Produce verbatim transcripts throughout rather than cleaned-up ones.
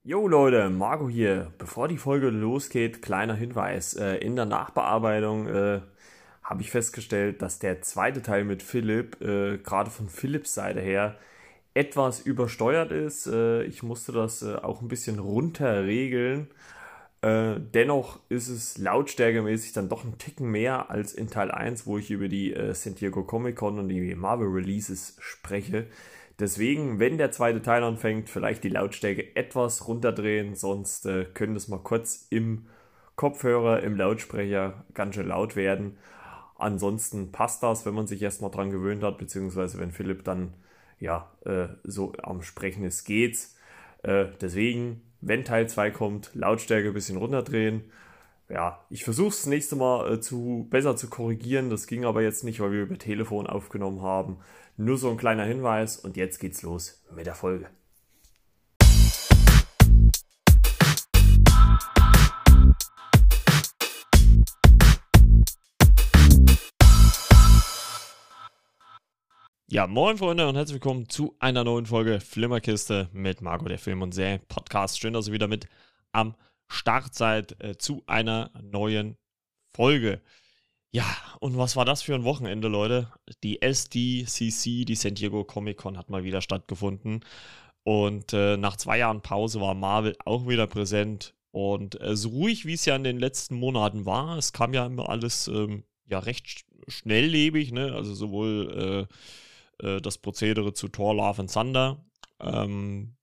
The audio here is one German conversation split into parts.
Jo Leute, Marco hier. Bevor die Folge losgeht, kleiner Hinweis. Äh, in der Nachbearbeitung äh, habe ich festgestellt, dass der zweite Teil mit Philipp, äh, gerade von Philipps Seite her, etwas übersteuert ist. Äh, ich musste das äh, auch ein bisschen runter regeln. Äh, dennoch ist es lautstärkemäßig dann doch ein Ticken mehr als in Teil eins, wo ich über die äh, San Diego Comic Con und die Marvel Releases spreche. Deswegen, wenn der zweite Teil anfängt, vielleicht die Lautstärke etwas runterdrehen, sonst äh, könnte es mal kurz im Kopfhörer, im Lautsprecher ganz schön laut werden. Ansonsten passt das, wenn man sich erstmal dran gewöhnt hat, beziehungsweise wenn Philipp dann ja äh, so am Sprechen ist, geht's. Äh, deswegen, wenn Teil zwei kommt, Lautstärke ein bisschen runterdrehen. Ja, ich versuche es das nächste Mal äh, zu, besser zu korrigieren. Das ging aber jetzt nicht, weil wir über Telefon aufgenommen haben. Nur so ein kleiner Hinweis und jetzt geht's los mit der Folge. Ja, moin Freunde und herzlich willkommen zu einer neuen Folge Flimmerkiste mit Marco, der Film- und Serien-Podcast. Schön, dass ihr wieder mit am Start seid äh, zu einer neuen Folge. Ja, und was war das für ein Wochenende, Leute? Die S D C C, die San Diego Comic Con, hat mal wieder stattgefunden. Und äh, nach zwei Jahren Pause war Marvel auch wieder präsent. Und äh, so ruhig, wie es ja in den letzten Monaten war, es kam ja immer alles ähm, ja recht sch schnelllebig, ne? Also sowohl äh, äh, das Prozedere zu Thor, Love and Thunder ähm,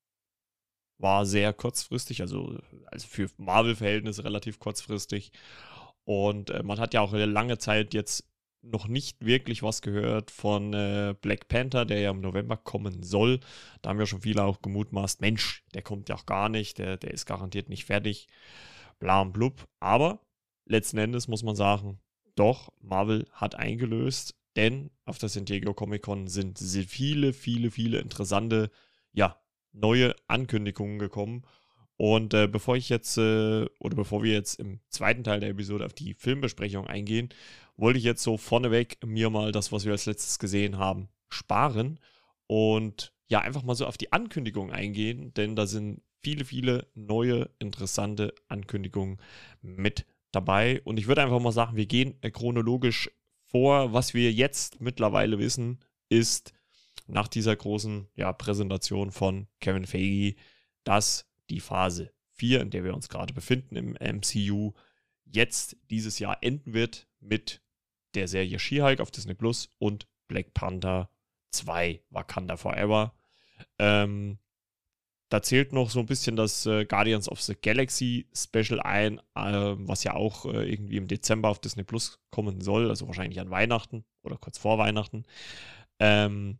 war sehr kurzfristig, also, also für Marvel-Verhältnisse relativ kurzfristig. Und äh, man hat ja auch eine lange Zeit jetzt noch nicht wirklich was gehört von äh, Black Panther, der ja im November kommen soll. Da haben ja schon viele auch gemutmaßt, Mensch, der kommt ja auch gar nicht, der, der ist garantiert nicht fertig, bla und blub. Aber letzten Endes muss man sagen, doch, Marvel hat eingelöst, denn auf der San Diego Comic Con sind sehr viele, viele, viele interessante, ja, neue Ankündigungen gekommen. Und äh, bevor ich jetzt, äh, oder bevor wir jetzt im zweiten Teil der Episode auf die Filmbesprechung eingehen, wollte ich jetzt so vorneweg mir mal das, was wir als letztes gesehen haben, sparen und ja, einfach mal so auf die Ankündigungen eingehen, denn da sind viele, viele neue, interessante Ankündigungen mit dabei. Und ich würde einfach mal sagen, wir gehen äh, chronologisch vor. Was wir jetzt mittlerweile wissen, ist nach dieser großen ja, Präsentation von Kevin Feige, dass die Phase vier, in der wir uns gerade befinden im M C U, jetzt dieses Jahr enden wird mit der Serie She-Hulk auf Disney Plus und Black Panther zwei, Wakanda Forever. Ähm, da zählt noch so ein bisschen das äh, Guardians of the Galaxy Special ein, äh, was ja auch äh, irgendwie im Dezember auf Disney Plus kommen soll, also wahrscheinlich an Weihnachten oder kurz vor Weihnachten. Ähm,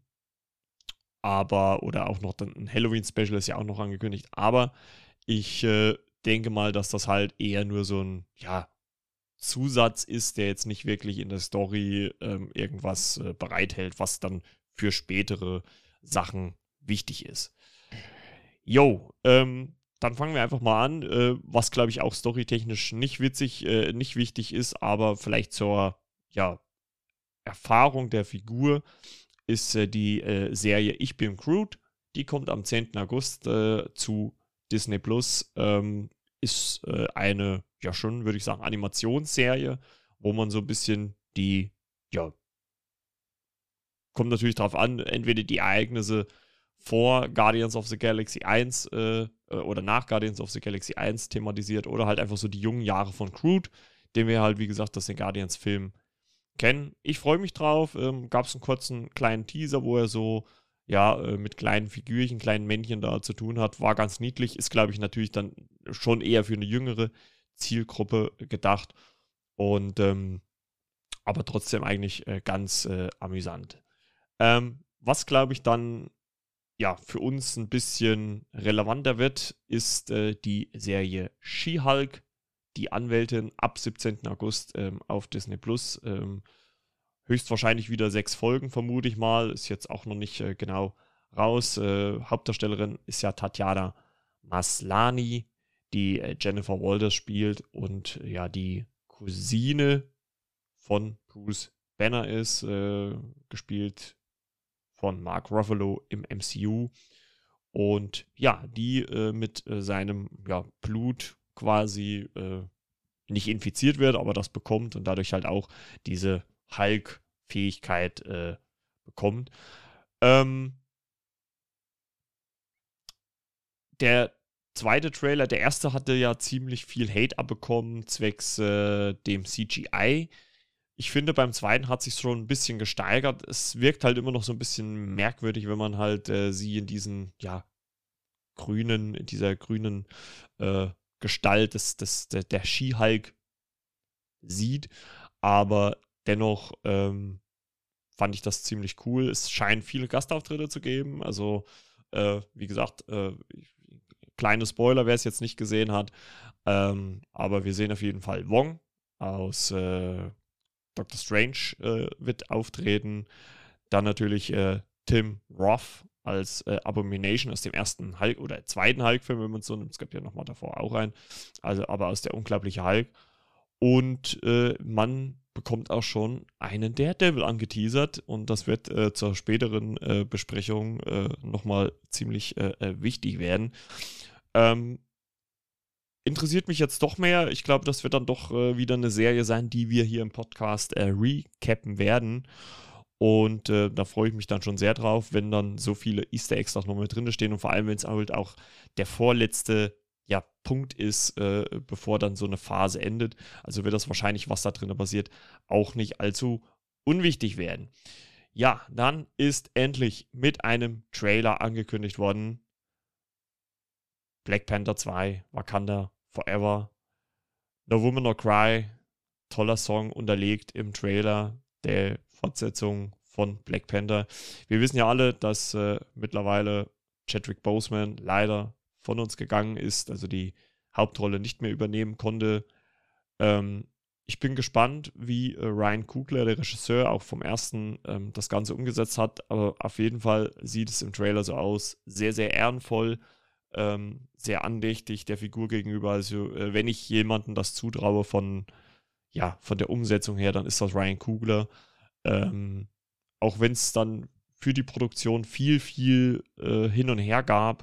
aber, oder auch noch dann ein Halloween-Special ist ja auch noch angekündigt, aber ich äh, denke mal, dass das halt eher nur so ein, ja, Zusatz ist, der jetzt nicht wirklich in der Story ähm, irgendwas äh, bereithält, was dann für spätere Sachen wichtig ist. Jo, ähm, dann fangen wir einfach mal an, äh, was glaube ich auch storytechnisch nicht witzig, äh, nicht wichtig ist, aber vielleicht zur, ja, Erfahrung der Figur ist äh, die äh, Serie Ich bin Groot. Die kommt am zehnten August äh, zu Disney Plus. Ähm, ist äh, eine, ja schon, würde ich sagen, Animationsserie, wo man so ein bisschen die, ja, kommt natürlich darauf an, entweder die Ereignisse vor Guardians of the Galaxy eins äh, äh, oder nach Guardians of the Galaxy eins thematisiert oder halt einfach so die jungen Jahre von Groot, den wir halt, wie gesagt, aus den Guardians-Filmen kennen. Ich freue mich drauf. Ähm, Gab es einen kurzen kleinen Teaser, wo er so ja äh, mit kleinen Figürchen, kleinen Männchen da zu tun hat. War ganz niedlich. Ist, glaube ich, natürlich dann schon eher für eine jüngere Zielgruppe gedacht. Und ähm, aber trotzdem eigentlich äh, ganz äh, amüsant. Ähm, was, glaube ich, dann ja für uns ein bisschen relevanter wird, ist äh, die Serie She-Hulk, die Anwältin ab siebzehnten August ähm, auf Disney Plus. Ähm, höchstwahrscheinlich wieder sechs Folgen, vermute ich mal. Ist jetzt auch noch nicht äh, genau raus. Äh, Hauptdarstellerin ist ja Tatjana Maslany, die äh, Jennifer Walters spielt und äh, ja die Cousine von Bruce Banner ist, äh, gespielt von Mark Ruffalo im M C U. Und ja, die äh, mit äh, seinem ja, Blut quasi äh, nicht infiziert wird, aber das bekommt und dadurch halt auch diese Hulk-Fähigkeit äh, bekommt. Ähm, der zweite Trailer, der erste hatte ja ziemlich viel Hate abbekommen, zwecks äh, dem C G I. Ich finde, beim zweiten hat sich schon ein bisschen gesteigert. Es wirkt halt immer noch so ein bisschen merkwürdig, wenn man halt äh, sie in diesen, ja, grünen, in dieser grünen äh, Gestalt des, des, der, der She-Hulk sieht. Aber dennoch ähm, fand ich das ziemlich cool. Es scheinen viele Gastauftritte zu geben. Also, äh, wie gesagt, äh, kleine Spoiler, wer es jetzt nicht gesehen hat. Ähm, aber wir sehen auf jeden Fall Wong aus äh, Doctor Strange äh, wird auftreten. Dann natürlich äh, Tim Roth als äh, Abomination aus dem ersten Hulk oder zweiten Hulk-Film, wenn man es so nimmt. Es gab ja nochmal davor auch einen. Also, aber aus der unglaubliche Hulk. Und äh, man bekommt auch schon einen Daredevil angeteasert und das wird äh, zur späteren äh, Besprechung äh, nochmal ziemlich äh, äh, wichtig werden. Ähm, interessiert mich jetzt doch mehr. Ich glaube, das wird dann doch äh, wieder eine Serie sein, die wir hier im Podcast äh, recappen werden. Und äh, da freue ich mich dann schon sehr drauf, wenn dann so viele Easter Eggs auch noch mit drin stehen und vor allem, wenn es halt auch der vorletzte ja, Punkt ist, äh, bevor dann so eine Phase endet. Also wird das wahrscheinlich, was da drin passiert, auch nicht allzu unwichtig werden. Ja, dann ist endlich mit einem Trailer angekündigt worden: Black Panther zwei, Wakanda Forever, No Woman No Cry, toller Song unterlegt im Trailer der Fortsetzung von Black Panther. Wir wissen ja alle, dass äh, mittlerweile Chadwick Boseman leider von uns gegangen ist, also die Hauptrolle nicht mehr übernehmen konnte. Ähm, ich bin gespannt, wie äh, Ryan Coogler, der Regisseur, auch vom ersten ähm, das Ganze umgesetzt hat. Aber auf jeden Fall sieht es im Trailer so aus. Sehr, sehr ehrenvoll, ähm, sehr andächtig der Figur gegenüber. Also, äh, wenn ich jemandem das zutraue von, ja, von der Umsetzung her, dann ist das Ryan Coogler. Ähm, auch wenn es dann für die Produktion viel, viel äh, hin und her gab,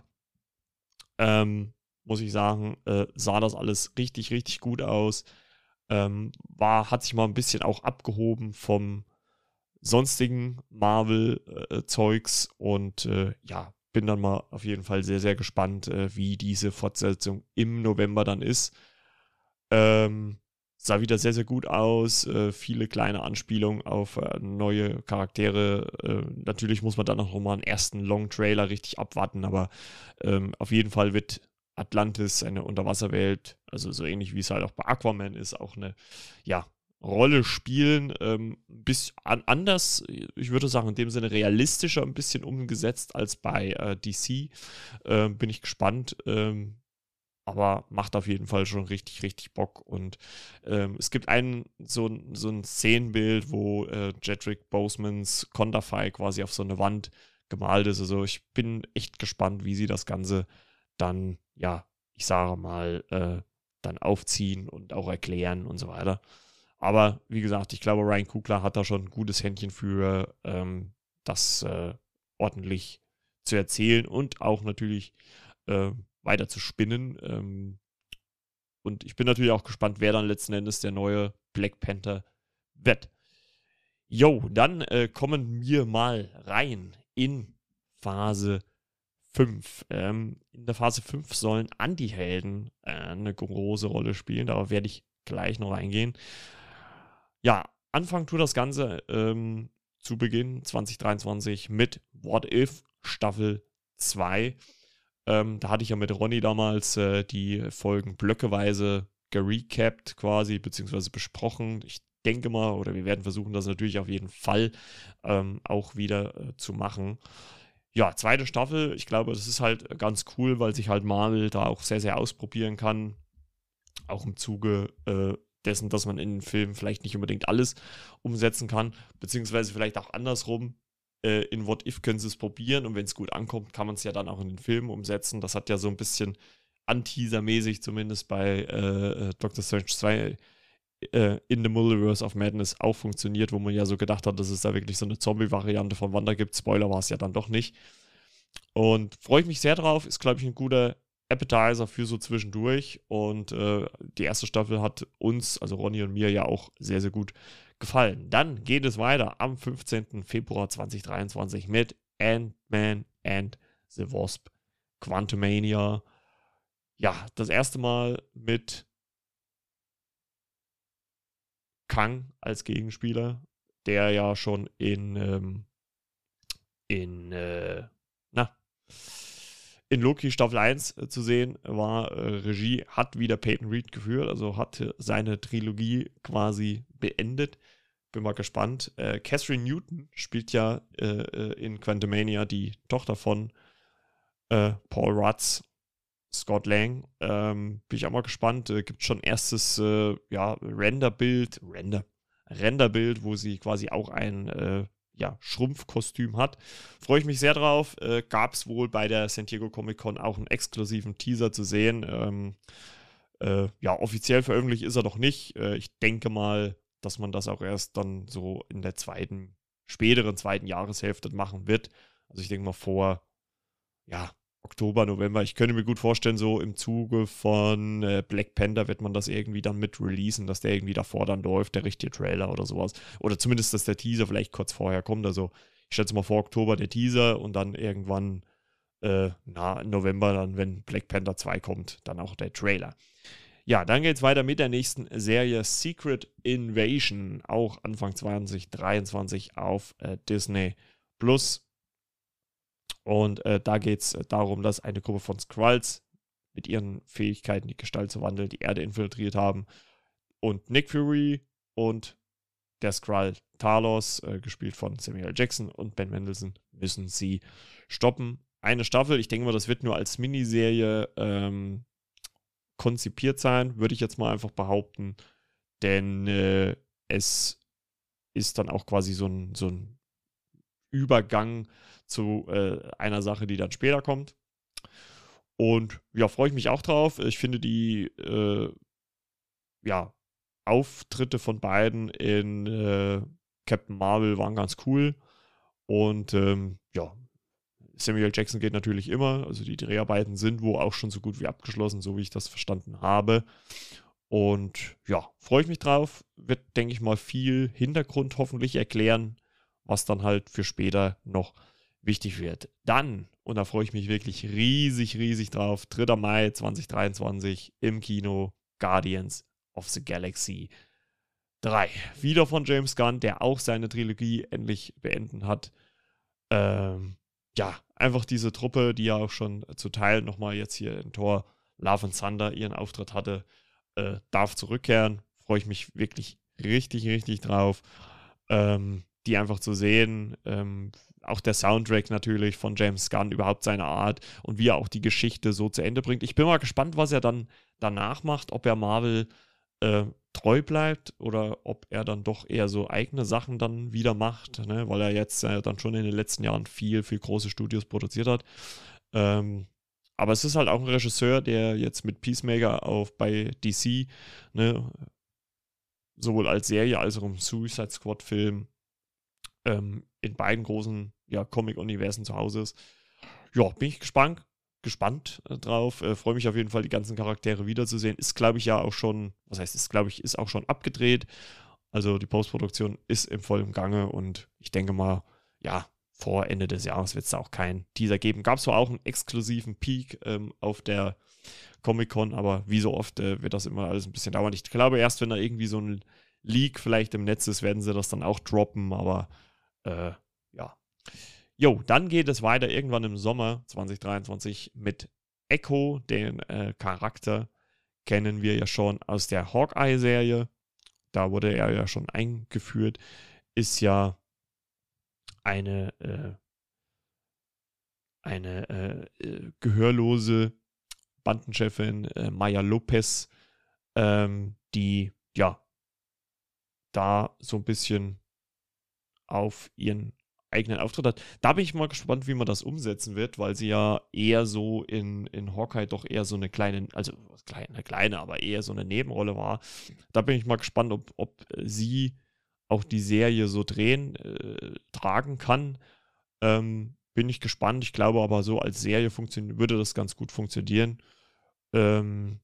ähm, muss ich sagen, äh, sah das alles richtig, richtig gut aus. Ähm, war, hat sich mal ein bisschen auch abgehoben vom sonstigen Marvel-Zeugs äh, und äh, ja, bin dann mal auf jeden Fall sehr, sehr gespannt, äh, wie diese Fortsetzung im November dann ist. Ähm, sah wieder sehr, sehr gut aus. Äh, viele kleine Anspielungen auf äh, neue Charaktere. Äh, natürlich muss man dann noch mal einen ersten Long-Trailer richtig abwarten, aber ähm, auf jeden Fall wird Atlantis, eine Unterwasserwelt, also so ähnlich wie es halt auch bei Aquaman ist, auch eine, ja, Rolle spielen. Ähm, bis an, anders, ich würde sagen, in dem Sinne realistischer ein bisschen umgesetzt als bei äh, D C. Ähm, bin ich gespannt. Ähm, aber macht auf jeden Fall schon richtig, richtig Bock. Und ähm, es gibt einen, so, so ein Szenenbild, wo äh, Chadwick Bosemans Konterfei quasi auf so eine Wand gemalt ist. Also ich bin echt gespannt, wie sie das Ganze dann, ja, ich sage mal, äh, dann aufziehen und auch erklären und so weiter. Aber wie gesagt, ich glaube, Ryan Coogler hat da schon ein gutes Händchen für, ähm, das äh, ordentlich zu erzählen und auch natürlich äh, weiter zu spinnen. Ähm, und ich bin natürlich auch gespannt, wer dann letzten Endes der neue Black Panther wird. Jo, dann äh, kommen wir mal rein in Phase fünf. Ähm, in der Phase fünf sollen Anti-Helden äh, eine große Rolle spielen. Darauf werde ich gleich noch eingehen. Ja, Anfang tut das Ganze ähm, zu Beginn zwanzig dreiundzwanzig mit What If Staffel zwei. Ähm, da hatte ich ja mit Ronny damals äh, die Folgen blöckeweise gerecapt quasi, beziehungsweise besprochen. Ich denke mal, oder wir werden versuchen, das natürlich auf jeden Fall ähm, auch wieder äh, zu machen. Ja, zweite Staffel, ich glaube, das ist halt ganz cool, weil sich halt Marvel da auch sehr, sehr ausprobieren kann. Auch im Zuge äh, dessen, dass man in den Filmen vielleicht nicht unbedingt alles umsetzen kann, beziehungsweise vielleicht auch andersrum. Äh, in What If können sie es probieren und wenn es gut ankommt, kann man es ja dann auch in den Filmen umsetzen. Das hat ja so ein bisschen Anteaser-mäßig zumindest bei äh, Doctor Strange zwei äh, in the Multiverse of Madness auch funktioniert, wo man ja so gedacht hat, dass es da wirklich so eine Zombie-Variante von Wanda gibt. Spoiler war es ja dann doch nicht. Und freue ich mich sehr drauf. Ist, glaube ich, ein guter Appetizer für so zwischendurch. Und äh, die erste Staffel hat uns, also Ronny und mir, ja auch sehr, sehr gut gefallen. Dann geht es weiter am fünfzehnten Februar zweitausenddreiundzwanzig mit Ant-Man and the Wasp Quantumania. Ja, das erste Mal mit Kang als Gegenspieler, der ja schon in, ähm, in, äh, na, in Loki Staffel eins äh, zu sehen war. Äh, Regie hat wieder Peyton Reed geführt, also hat seine Trilogie quasi beendet. Bin mal gespannt. Äh, Catherine Newton spielt ja äh, in Quantumania die Tochter von äh, Paul Rudd's Scott Lang. Ähm, bin ich auch mal gespannt. Äh, gibt schon erstes äh, ja, Renderbild, Render, Renderbild, wo sie quasi auch ein äh, ja, Schrumpfkostüm hat. Freue ich mich sehr drauf. Äh, Gab es wohl bei der San Diego Comic Con auch einen exklusiven Teaser zu sehen. Ähm, äh, ja, offiziell veröffentlicht ist er noch nicht. Äh, ich denke mal, dass man das auch erst dann so in der zweiten, späteren zweiten Jahreshälfte machen wird. Also ich denke mal vor, ja, Oktober, November. Ich könnte mir gut vorstellen, so im Zuge von äh, Black Panther wird man das irgendwie dann mit releasen, dass der irgendwie davor dann läuft, der richtige Trailer oder sowas. Oder zumindest, dass der Teaser vielleicht kurz vorher kommt. Also ich schätze mal vor Oktober der Teaser und dann irgendwann äh, na, im November, dann, wenn Black Panther zwei kommt, dann auch der Trailer. Ja, dann geht es weiter mit der nächsten Serie Secret Invasion, auch Anfang zwanzig dreiundzwanzig auf äh, Disney Plus. Und äh, da geht es darum, dass eine Gruppe von Skrulls mit ihren Fähigkeiten, die Gestalt zu wandeln, die Erde infiltriert haben. Und Nick Fury und der Skrull Talos, äh, gespielt von Samuel L. Jackson und Ben Mendelsohn, müssen sie stoppen. Eine Staffel, ich denke mal, das wird nur als Miniserie ähm, konzipiert sein, würde ich jetzt mal einfach behaupten. Denn äh, es ist dann auch quasi so ein, so ein Übergang zu äh, einer Sache, die dann später kommt. Und ja, freue ich mich auch drauf. Ich finde die äh, ja, Auftritte von beiden in äh, Captain Marvel waren ganz cool. Und ähm, ja, Samuel Jackson geht natürlich immer. Also die Dreharbeiten sind wohl auch schon so gut wie abgeschlossen, so wie ich das verstanden habe. Und ja, freue ich mich drauf. Wird, denke ich mal, viel Hintergrund hoffentlich erklären, was dann halt für später noch wichtig wird. Dann, und da freue ich mich wirklich riesig, riesig drauf, dritter Mai zweitausenddreiundzwanzig im Kino Guardians of the Galaxy drei. Wieder von James Gunn, der auch seine Trilogie endlich beenden hat. Ähm, ja, einfach diese Truppe, die ja auch schon zu Teil nochmal jetzt hier in Thor Love and Thunder ihren Auftritt hatte, äh, darf zurückkehren. Freue ich mich wirklich richtig, richtig drauf. Ähm, die einfach zu sehen. Ähm, auch der Soundtrack natürlich von James Gunn, überhaupt seine Art und wie er auch die Geschichte so zu Ende bringt. Ich bin mal gespannt, was er dann danach macht, ob er Marvel äh, treu bleibt oder ob er dann doch eher so eigene Sachen dann wieder macht, ne? Weil er jetzt äh, dann schon in den letzten Jahren viel, viel große Studios produziert hat. Ähm, aber es ist halt auch ein Regisseur, der jetzt mit Peacemaker auf bei D C, ne, sowohl als Serie als auch im Suicide Squad Film ähm, in beiden großen ja, Comic-Universen zu Hause ist. Ja, bin ich gespannt, gespannt äh, drauf. Äh, Freue mich auf jeden Fall, die ganzen Charaktere wiederzusehen. Ist, glaube ich, ja auch schon, was heißt, ist, glaube ich, ist auch schon abgedreht. Also die Postproduktion ist im vollen Gange und ich denke mal, ja, vor Ende des Jahres wird es da auch keinen Teaser geben. Gab es zwar auch einen exklusiven Peak ähm, auf der Comic-Con, aber wie so oft äh, wird das immer alles ein bisschen dauern. Ich glaube, erst wenn da irgendwie so ein Leak vielleicht im Netz ist, werden sie das dann auch droppen, aber äh, ja. Jo, dann geht es weiter irgendwann im Sommer zweitausenddreiundzwanzig mit Echo, den äh, Charakter kennen wir ja schon aus der Hawkeye-Serie. Da wurde er ja schon eingeführt. Ist ja eine, äh, eine äh, äh, gehörlose Bandenchefin, äh, Maya Lopez, ähm, die ja da so ein bisschen auf ihren eigenen Auftritt hat. Da bin ich mal gespannt, wie man das umsetzen wird, weil sie ja eher so in, in Hawkeye doch eher so eine kleine, also eine kleine, aber eher so eine Nebenrolle war. Da bin ich mal gespannt, ob, ob sie auch die Serie so drehen, äh, tragen kann. Ähm, bin ich gespannt. Ich glaube aber so als Serie funktio- würde das ganz gut funktionieren. Ähm,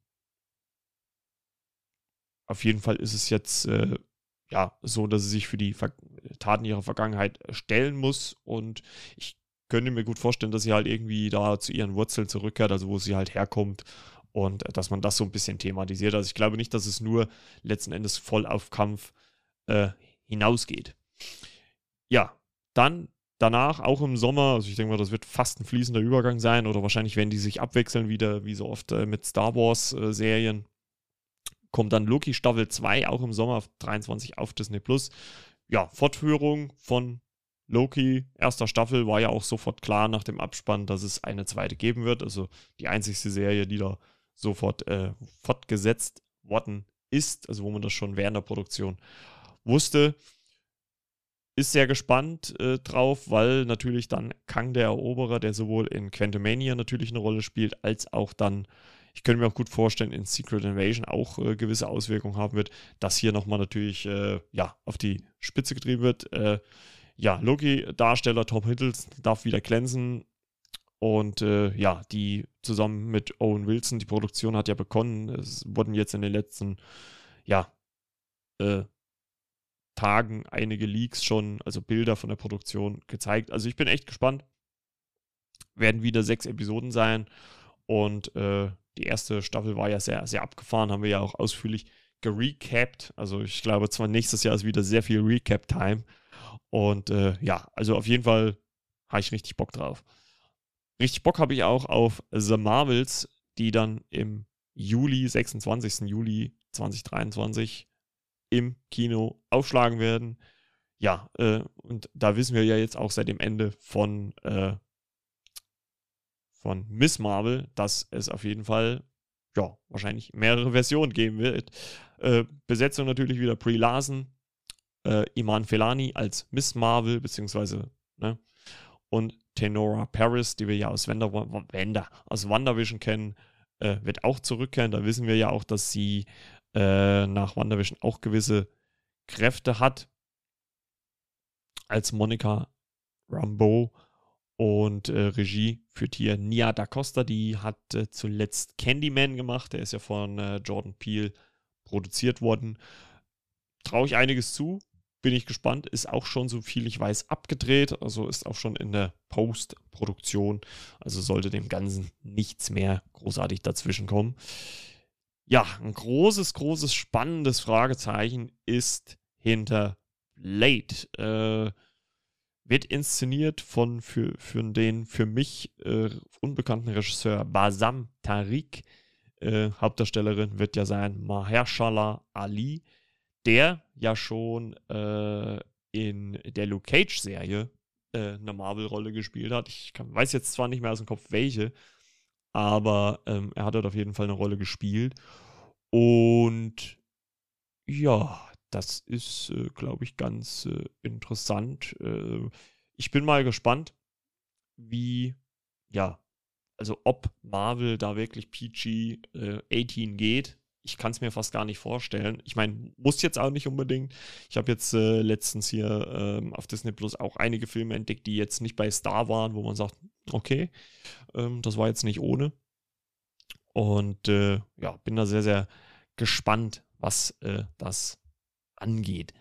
auf jeden Fall ist es jetzt äh, ja so, dass sie sich für die Ver Taten ihrer Vergangenheit stellen muss. Und ich könnte mir gut vorstellen, dass sie halt irgendwie da zu ihren Wurzeln zurückkehrt, also wo sie halt herkommt. Und äh, dass man das so ein bisschen thematisiert. Also ich glaube nicht, dass es nur letzten Endes voll auf Kampf äh, hinausgeht. Ja, dann danach auch im Sommer, also ich denke mal, das wird fast ein fließender Übergang sein oder wahrscheinlich werden die sich abwechseln wieder, wie so oft äh, mit Star Wars äh, Serien. Kommt dann Loki Staffel zwei auch im Sommer dreiundzwanzig auf Disney Plus. Ja, Fortführung von Loki, erster Staffel, war ja auch sofort klar nach dem Abspann, dass es eine zweite geben wird. Also die einzigste Serie, die da sofort äh, fortgesetzt worden ist, also wo man das schon während der Produktion wusste. Ist sehr gespannt äh, drauf, weil natürlich dann Kang der Eroberer, der sowohl in Quantumania natürlich eine Rolle spielt, als auch dann, ich könnte mir auch gut vorstellen, in Secret Invasion auch äh, gewisse Auswirkungen haben wird, dass hier nochmal natürlich äh, ja, auf die Spitze getrieben wird. Äh, ja, Loki-Darsteller Tom Hiddleston darf wieder glänzen und äh, ja, die zusammen mit Owen Wilson, die Produktion hat ja begonnen, es wurden jetzt in den letzten, ja, äh, Tagen einige Leaks schon, also Bilder von der Produktion gezeigt. Also ich bin echt gespannt. Werden wieder sechs Episoden sein und äh, die erste Staffel war ja sehr, sehr abgefahren, haben wir ja auch ausführlich gerecapt. Also ich glaube, zwar nächstes Jahr ist wieder sehr viel Recap-Time und äh, ja, also auf jeden Fall habe ich richtig Bock drauf. Richtig Bock habe ich auch auf The Marvels, die dann im Juli, sechsundzwanzigsten Juli zweitausenddreiundzwanzig im Kino aufschlagen werden. Ja, äh, und da wissen wir ja jetzt auch seit dem Ende von, äh, von Miss Marvel, dass es auf jeden Fall, ja, wahrscheinlich mehrere Versionen geben wird. Äh, Besetzung natürlich wieder Brie Larson, äh, Iman Felani als Miss Marvel, beziehungsweise, ne, und Tenora Paris, die wir ja aus Wanda, Wanda, aus WandaVision kennen, äh, wird auch zurückkehren. Da wissen wir ja auch, dass sie äh, nach WandaVision auch gewisse Kräfte hat, als Monica Rambeau, und äh, Regie führt hier Nia Da Costa, die hat äh, zuletzt Candyman gemacht, der ist ja von äh, Jordan Peele produziert worden. Traue ich einiges zu, bin ich gespannt, ist auch schon, so viel ich weiß, abgedreht, also ist auch schon in der Postproduktion, also sollte dem Ganzen nichts mehr großartig dazwischen kommen. Ja, ein großes, großes, spannendes Fragezeichen ist hinter Blade. Äh, wird inszeniert von für, für den für mich äh, unbekannten Regisseur Basam Tariq. Äh, Hauptdarstellerin wird ja sein Mahershala Ali, der ja schon äh, in der Luke Cage-Serie äh, eine Marvel-Rolle gespielt hat. Ich kann, weiß jetzt zwar nicht mehr aus dem Kopf welche, aber ähm, er hat dort auf jeden Fall eine Rolle gespielt. Und ja, das ist, äh, glaube ich, ganz äh, interessant. Äh, ich bin mal gespannt, wie, ja, also ob Marvel da wirklich P G äh, achtzehn geht. Ich kann es mir fast gar nicht vorstellen. Ich meine, muss jetzt auch nicht unbedingt. Ich habe jetzt äh, letztens hier ähm, auf Disney Plus auch einige Filme entdeckt, die jetzt nicht bei Star waren, wo man sagt, okay, ähm, das war jetzt nicht ohne. Und äh, ja, bin da sehr, sehr gespannt, was äh, das angeht.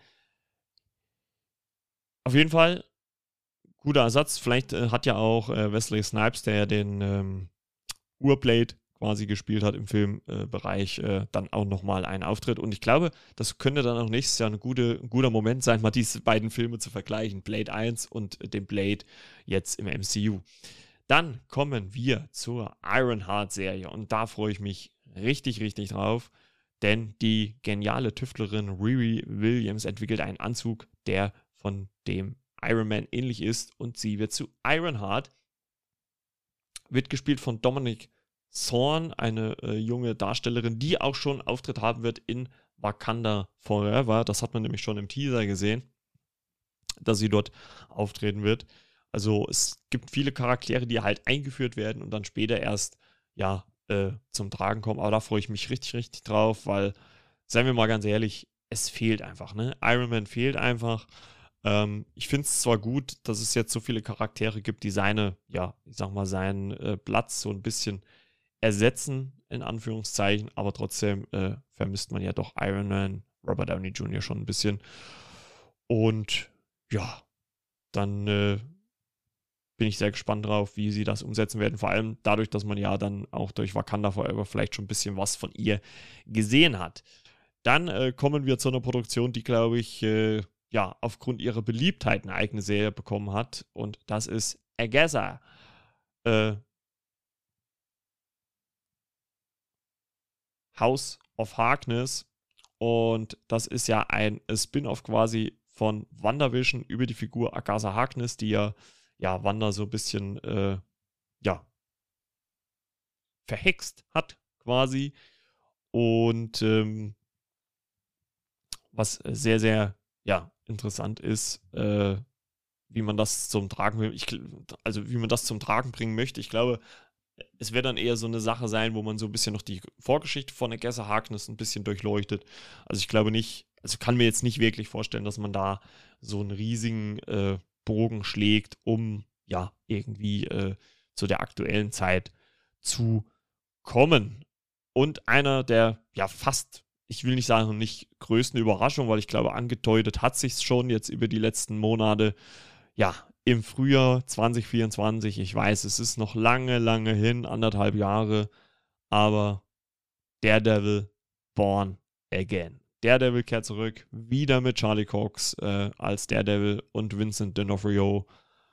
Auf jeden Fall guter Ersatz. Vielleicht äh, hat ja auch äh, Wesley Snipes, der ja den ähm, Urblade quasi gespielt hat im Filmbereich, äh, dann auch nochmal einen Auftritt. Und ich glaube, das könnte dann auch nächstes Jahr eine gute, ein guter Moment sein, mal diese beiden Filme zu vergleichen. Blade eins und äh, den Blade jetzt im M C U. Dann kommen wir zur Ironheart-Serie. Und da freue ich mich richtig, richtig drauf. Denn die geniale Tüftlerin Riri Williams entwickelt einen Anzug, der von dem Iron Man ähnlich ist. Und sie wird zu Ironheart. Wird gespielt von Dominic Thorne, eine äh, junge Darstellerin, die auch schon Auftritt haben wird in Wakanda Forever. Das hat man nämlich schon im Teaser gesehen, dass sie dort auftreten wird. Also es gibt viele Charaktere, die halt eingeführt werden und dann später erst, ja, äh, zum Tragen kommen. Aber da freue ich mich richtig, richtig drauf, weil, seien wir mal ganz ehrlich, es fehlt einfach, ne? Iron Man fehlt einfach. Ähm, ich finde es zwar gut, dass es jetzt so viele Charaktere gibt, die seine, ja, ich sag mal, seinen äh, Platz so ein bisschen ersetzen, in Anführungszeichen, aber trotzdem äh, vermisst man ja doch Iron Man, Robert Downey Junior schon ein bisschen. Und ja, dann äh, bin ich sehr gespannt drauf, wie sie das umsetzen werden. Vor allem dadurch, dass man ja dann auch durch Wakanda Forever vielleicht schon ein bisschen was von ihr gesehen hat. Dann äh, kommen wir zu einer Produktion, die, glaube ich, äh, ja, aufgrund ihrer Beliebtheit eine eigene Serie bekommen hat. Und das ist Agatha. Äh, House of Harkness. Und das ist ja ein Spin-off quasi von WandaVision über die Figur Agatha Harkness, die ja, ja Wanda so ein bisschen äh, ja, verhext hat quasi. Und ähm, was sehr, sehr ja, interessant ist, äh, wie man das zum Tragen will. Ich, also wie man das zum Tragen bringen möchte. Ich glaube, es wird dann eher so eine Sache sein, wo man so ein bisschen noch die Vorgeschichte von Agatha Harkness ein bisschen durchleuchtet. Also ich glaube nicht, also kann mir jetzt nicht wirklich vorstellen, dass man da so einen riesigen äh, Bogen schlägt, um ja irgendwie äh, zu der aktuellen Zeit zu kommen. Und einer der ja fast, ich will nicht sagen, nicht größten Überraschungen, weil ich glaube, angedeutet hat sich schon jetzt über die letzten Monate, ja, im Frühjahr zwanzig vierundzwanzig. Ich weiß, es ist noch lange, lange hin, anderthalb Jahre, aber Daredevil Born Again. Daredevil kehrt zurück, wieder mit Charlie Cox äh, als Daredevil und Vincent D'Onofrio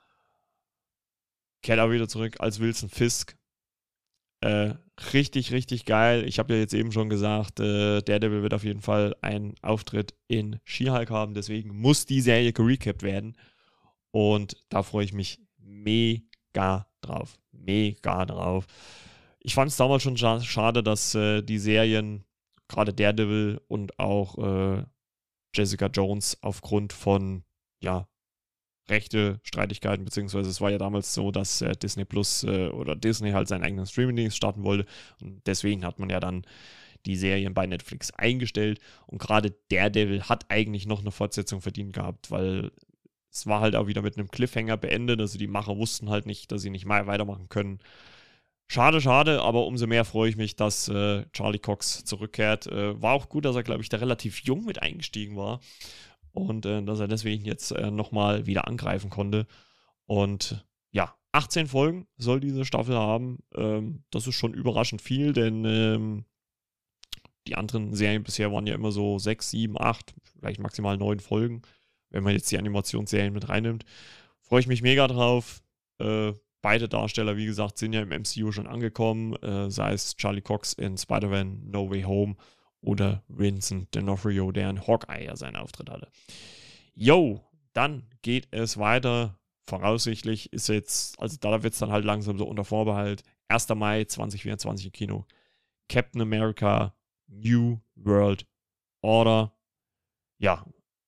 kehrt auch wieder zurück als Wilson Fisk. Äh, richtig, richtig geil. Ich habe ja jetzt eben schon gesagt, äh, Daredevil wird auf jeden Fall einen Auftritt in She-Hulk haben, deswegen muss die Serie gerecapt werden. Und da freue ich mich mega drauf. Mega drauf. Ich fand es damals schon scha- schade, dass äh, die Serien, gerade Daredevil und auch äh, Jessica Jones, aufgrund von, ja, rechte Streitigkeiten, beziehungsweise es war ja damals so, dass äh, Disney Plus äh, oder Disney halt seinen eigenen Streaming-Dienst starten wollte. Und deswegen hat man ja dann die Serien bei Netflix eingestellt. Und gerade Daredevil hat eigentlich noch eine Fortsetzung verdient gehabt, weil es war halt auch wieder mit einem Cliffhanger beendet. Also die Macher wussten halt nicht, dass sie nicht mal weitermachen können. Schade, schade, aber umso mehr freue ich mich, dass äh, Charlie Cox zurückkehrt. Äh, war auch gut, dass er, glaube ich, da relativ jung mit eingestiegen war und äh, dass er deswegen jetzt äh, nochmal wieder angreifen konnte. Und ja, achtzehn Folgen soll diese Staffel haben. Ähm, das ist schon überraschend viel, denn ähm, die anderen Serien bisher waren ja immer so sechs, sieben, acht, vielleicht maximal neun Folgen, wenn man jetzt die Animationsserien mit reinnimmt. Freue ich mich mega drauf. Äh, beide Darsteller, wie gesagt, sind ja im M C U schon angekommen, äh, sei es Charlie Cox in Spider-Man No Way Home oder Vincent D'Onofrio, der in Hawkeye ja seinen Auftritt hatte. Yo, dann geht es weiter. Voraussichtlich ist jetzt, also da wird es dann halt langsam so unter Vorbehalt, erster Mai zwanzig vierundzwanzig im Kino. Captain America New World Order. Ja,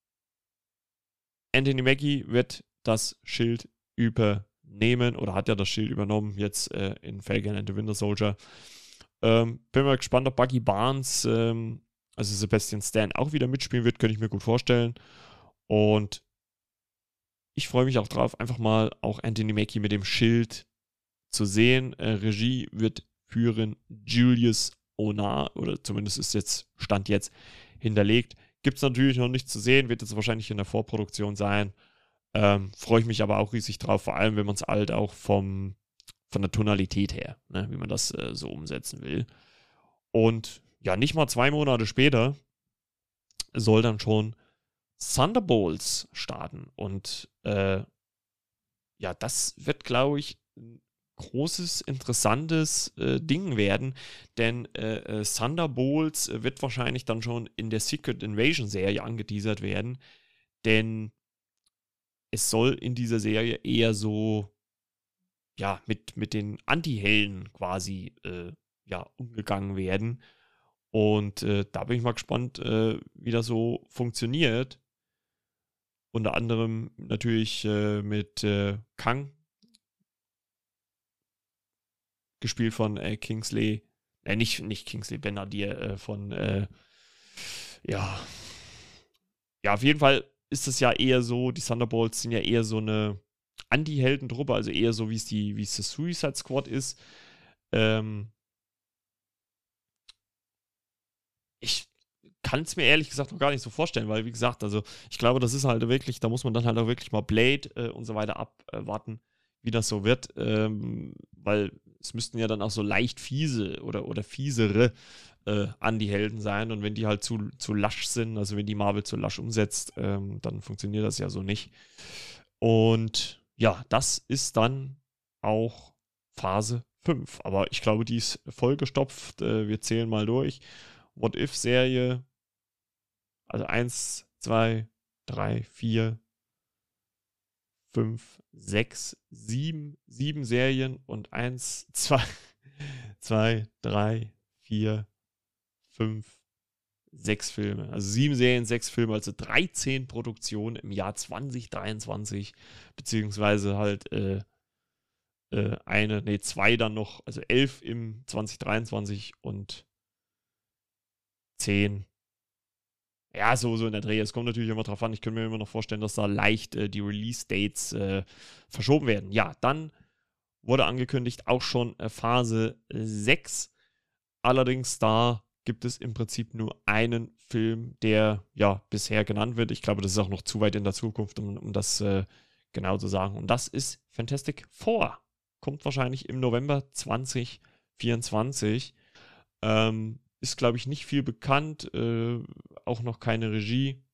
Anthony Mackie wird das Schild übernehmen oder hat ja das Schild übernommen jetzt äh, in Falcon and the Winter Soldier. Ähm, bin mal gespannt, ob Bucky Barnes, ähm, also Sebastian Stan, auch wieder mitspielen wird, könnte ich mir gut vorstellen. Und ich freue mich auch drauf, einfach mal auch Anthony Mackie mit dem Schild zu sehen. Äh, Regie wird führen Julius Onar, oder zumindest ist jetzt, Stand jetzt, hinterlegt. Gibt es natürlich noch nicht zu sehen, wird jetzt wahrscheinlich in der Vorproduktion sein. Ähm, freue ich mich aber auch riesig drauf, vor allem wenn man es halt auch vom, von der Tonalität her, ne, wie man das äh, so umsetzen will. Und ja, nicht mal zwei Monate später soll dann schon Thunderbolts starten. Und äh, ja, das wird, glaube ich, ein großes, interessantes äh, Ding werden, denn äh, äh, Thunderbolts wird wahrscheinlich dann schon in der Secret Invasion Serie angeteasert werden, denn es soll in dieser Serie eher so, ja, mit, mit den Anti-Helden quasi, äh, ja, umgegangen werden. Und äh, da bin ich mal gespannt, äh, wie das so funktioniert. Unter anderem natürlich äh, mit äh, Kang, gespielt von äh, Kingsley, äh, nicht, nicht Kingsley Benadier, äh, von, äh, ja, ja, auf jeden Fall ist es ja eher so, die Thunderbolts sind ja eher so eine Anti-Heldentruppe, also eher so, wie es die, wie es das Suicide Squad ist. Ähm, ich kann es mir ehrlich gesagt noch gar nicht so vorstellen, weil, wie gesagt, also ich glaube, das ist halt wirklich, da muss man dann halt auch wirklich mal Blade äh, und so weiter abwarten, wie das so wird, ähm, weil es müssten ja dann auch so leicht fiese oder, oder fiesere äh, Anti-Helden sein, und wenn die halt zu, zu lasch sind, also wenn die Marvel zu lasch umsetzt, ähm, dann funktioniert das ja so nicht. Und ja, das ist dann auch Phase fünf, aber ich glaube, die ist vollgestopft, äh, wir zählen mal durch. What-If-Serie, also eins, zwei, drei, vier, fünf, sechs, sieben, sieben Serien und eins, zwei, zwei, drei, vier, fünf, sechs Filme. Also sieben Serien, sechs Filme, also dreizehn Produktionen im Jahr zwanzig dreiundzwanzig, beziehungsweise halt äh, äh, eine, nee, zwei dann noch, also elf im zwanzig dreiundzwanzig und zehn. Ja, so, so in der Dreh. Es kommt natürlich immer drauf an. Ich könnte mir immer noch vorstellen, dass da leicht äh, die Release-Dates äh, verschoben werden. Ja, dann wurde angekündigt auch schon äh, Phase sechs. Allerdings da gibt es im Prinzip nur einen Film, der ja bisher genannt wird. Ich glaube, das ist auch noch zu weit in der Zukunft, um, um das äh, genau zu sagen. Und das ist Fantastic Four. Kommt wahrscheinlich im November zwanzig vierundzwanzig. Ähm, ist, glaube ich, nicht viel bekannt. Äh, auch noch keine Regie.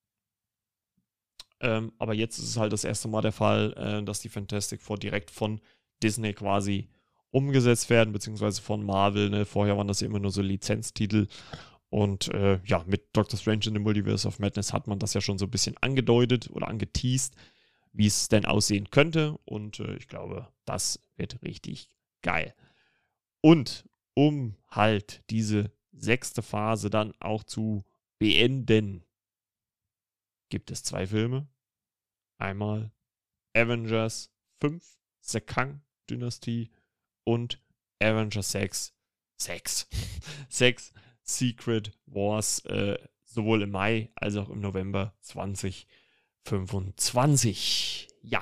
Ähm, aber jetzt ist es halt das erste Mal der Fall, äh, dass die Fantastic Four direkt von Disney quasi umgesetzt werden, beziehungsweise von Marvel. Ne? Vorher waren das ja immer nur so Lizenztitel. Und äh, ja, mit Doctor Strange in the Multiverse of Madness hat man das ja schon so ein bisschen angedeutet oder angeteased, wie es denn aussehen könnte. Und äh, ich glaube, das wird richtig geil. Und um halt diese sechste Phase dann auch zu beenden, gibt es zwei Filme. Einmal Avengers fünf, The Kang-Dynastie, und Avengers sechs, sechs, sechs Secret Wars, äh, sowohl im Mai als auch im November zwanzig fünfundzwanzig. Ja,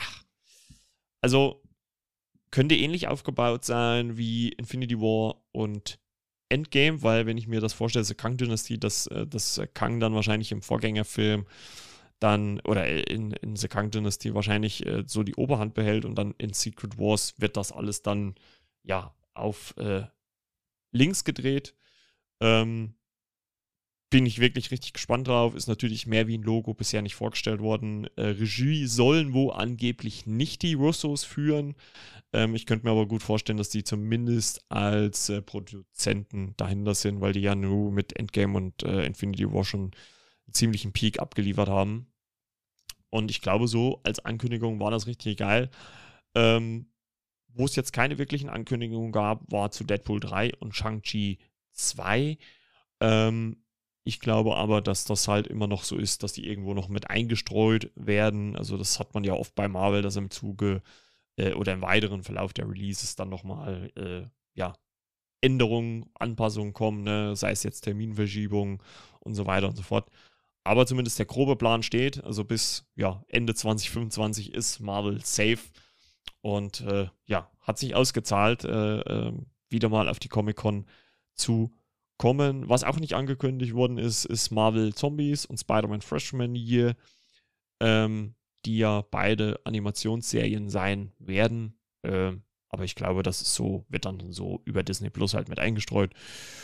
also könnte ähnlich aufgebaut sein wie Infinity War und Endgame, weil wenn ich mir das vorstelle, The Kang-Dynastie, dass, dass Kang dann wahrscheinlich im Vorgängerfilm dann, oder in, in The Kang-Dynastie wahrscheinlich äh, so die Oberhand behält, und dann in Secret Wars wird das alles dann ja auf äh, links gedreht. Ähm, bin ich wirklich richtig gespannt drauf. Ist natürlich mehr wie ein Logo bisher nicht vorgestellt worden. Äh, Regie sollen wo angeblich nicht die Russos führen. Ähm, ich könnte mir aber gut vorstellen, dass die zumindest als äh, Produzenten dahinter sind, weil die ja nur mit Endgame und äh, Infinity War schon einen ziemlichen Peak abgeliefert haben. Und ich glaube, so als Ankündigung war das richtig geil. Ähm, wo es jetzt keine wirklichen Ankündigungen gab, war zu Deadpool drei und Shang-Chi zwei. Ähm, ich glaube aber, dass das halt immer noch so ist, dass die irgendwo noch mit eingestreut werden. Also das hat man ja oft bei Marvel, dass im Zuge äh, oder im weiteren Verlauf der Releases dann nochmal äh, ja, Änderungen, Anpassungen kommen, ne? Sei es jetzt Terminverschiebungen und so weiter und so fort. Aber zumindest der grobe Plan steht, also bis ja, Ende zwanzig fünfundzwanzig ist Marvel safe. Und äh, ja, hat sich ausgezahlt, äh, äh, wieder mal auf die Comic-Con zu kommen. Was auch nicht angekündigt worden ist, ist Marvel Zombies und Spider-Man Freshman Year, ähm, die ja beide Animationsserien sein werden. Äh, aber ich glaube, das ist so, wird dann so über Disney Plus halt mit eingestreut.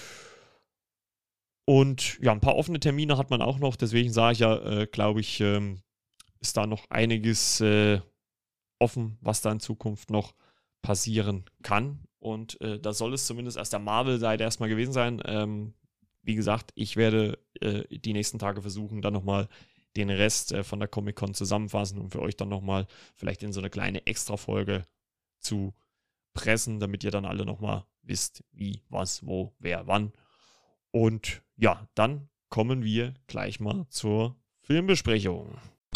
Und ja, ein paar offene Termine hat man auch noch, deswegen sage ich ja, äh, glaube ich, ähm, ist da noch einiges äh, offen, was da in Zukunft noch passieren kann. Und äh, da soll es zumindest aus der Marvel-Seite erstmal gewesen sein. Ähm, wie gesagt, ich werde äh, die nächsten Tage versuchen, dann nochmal den Rest äh, von der Comic-Con zusammenfassen und für euch dann nochmal vielleicht in so eine kleine Extra-Folge zu pressen, damit ihr dann alle nochmal wisst, wie, was, wo, wer, wann. Und ja, dann kommen wir gleich mal zur Filmbesprechung.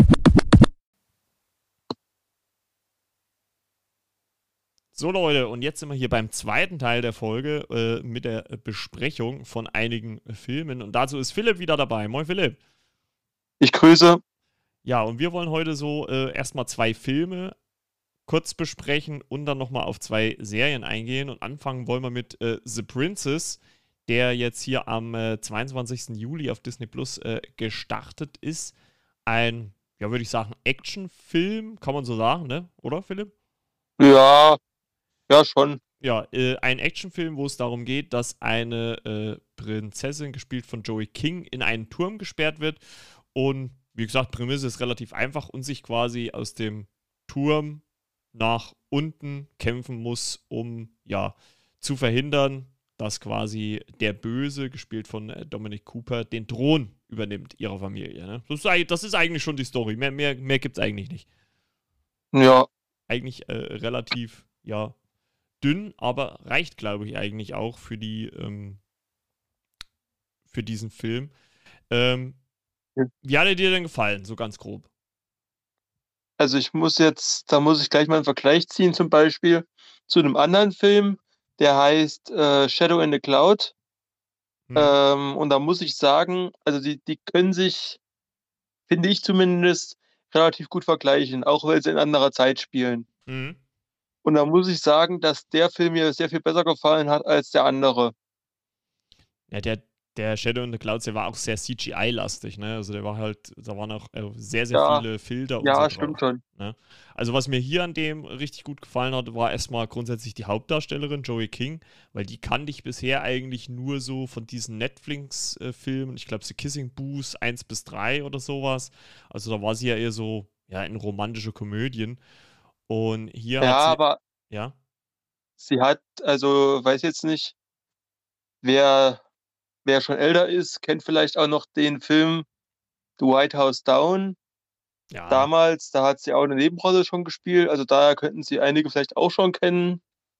So Leute, und jetzt sind wir hier beim zweiten Teil der Folge äh, mit der Besprechung von einigen Filmen. Und dazu ist Philipp wieder dabei. Moin Philipp. Ich grüße. Ja, und wir wollen heute so äh, erstmal zwei Filme kurz besprechen und dann nochmal auf zwei Serien eingehen. Und anfangen wollen wir mit äh, The Princess, der jetzt hier am äh, zweiundzwanzigsten Juli auf Disney Plus äh, gestartet ist. Ein, ja, würde ich sagen, Actionfilm, kann man so sagen, ne? Oder, Philipp? Ja, ja, schon. Ja, äh, ein Actionfilm, wo es darum geht, dass eine äh, Prinzessin, gespielt von Joey King, in einen Turm gesperrt wird. Und wie gesagt, Prämisse ist relativ einfach und sich quasi aus dem Turm nach unten kämpfen muss, um ja zu verhindern, dass quasi der Böse, gespielt von äh, Dominic Cooper, den Thron übernimmt ihrer Familie. Ne? Das, ist, eig- das ist eigentlich schon die Story. Mehr, mehr, mehr gibt es eigentlich nicht. Ja, Eigentlich äh, relativ, ja, dünn, aber reicht, glaube ich, eigentlich auch für die, ähm, für diesen Film. Ähm, wie hat er dir denn gefallen, so ganz grob? also ich muss jetzt, da muss ich gleich mal einen Vergleich ziehen, zum Beispiel zu einem anderen Film, der heißt äh, Shadow in the Cloud. Hm? Ähm, und da muss ich sagen, also die, die können sich, finde ich zumindest, relativ gut vergleichen, auch weil sie in anderer Zeit spielen. Hm? Und da muss ich sagen, dass der Film mir sehr viel besser gefallen hat als der andere. Ja, der, der Shadow in the Clouds, der war auch sehr C G I-lastig, ne? Also der war halt, da waren auch äh, sehr, sehr Ja, viele Filter und so ja, drauf. stimmt schon. Ne? Also was mir hier an dem richtig gut gefallen hat, war erstmal grundsätzlich die Hauptdarstellerin, Joey King, weil die kannte ich bisher eigentlich nur so von diesen Netflix-Filmen, ich glaube The Kissing Booth eins bis drei oder sowas. Also da war sie ja eher so, ja, in romantische Komödien. Und hier hat Ja, sie, aber ja, sie hat, also weiß jetzt nicht, wer, wer schon älter ist, kennt vielleicht auch noch den Film The White House Down. ja, Damals, da hat sie auch eine Nebenrolle schon gespielt, also daher könnten sie einige vielleicht auch schon kennen.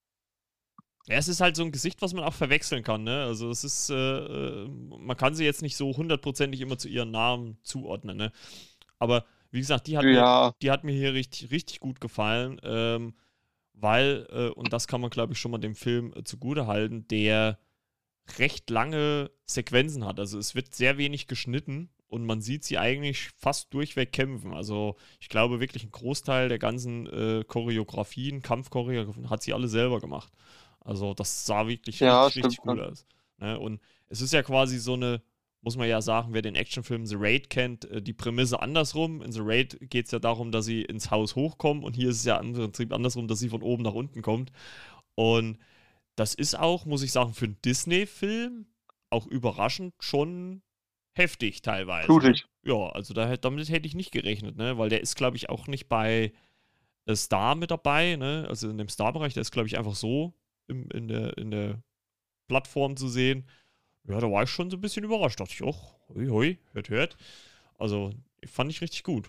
ja, es ist halt so ein Gesicht, was man auch verwechseln kann, ne? Also es ist, äh, äh, man kann sie jetzt nicht so hundertprozentig immer zu ihren Namen zuordnen, ne? Aber wie gesagt, die hat mir, Ja, die hat mir hier richtig, richtig gut gefallen, ähm, weil, äh, und das kann man, glaube ich, schon mal dem Film äh, zugute halten, der recht lange Sequenzen hat. Also es wird sehr wenig geschnitten und man sieht sie eigentlich fast durchweg kämpfen. Also ich glaube wirklich, ein Großteil der ganzen äh, Choreografien, Kampfchoreografien, hat sie alle selber gemacht. Also das sah wirklich ja, richtig, stimmt richtig gut schon. aus. Ne? Und es ist ja quasi so eine, muss man ja sagen, wer den Actionfilm The Raid kennt, äh, die Prämisse andersrum. In The Raid geht es ja darum, dass sie ins Haus hochkommen und hier ist es ja im Prinzip andersrum, dass sie von oben nach unten kommt. Und das ist auch, muss ich sagen, für einen Disney-Film auch überraschend schon heftig teilweise, ne? Blutig. Ja, also da, damit hätte ich nicht gerechnet, ne? Weil der ist, glaube ich, auch nicht bei äh, Star mit dabei, ne? Also in dem Star-Bereich, der ist, glaube ich, einfach so im, in, der, in der Plattform zu sehen. Ja, da war ich schon so ein bisschen überrascht. Dachte ich, auch, hui, hui, hört, hört. Also, fand ich richtig gut.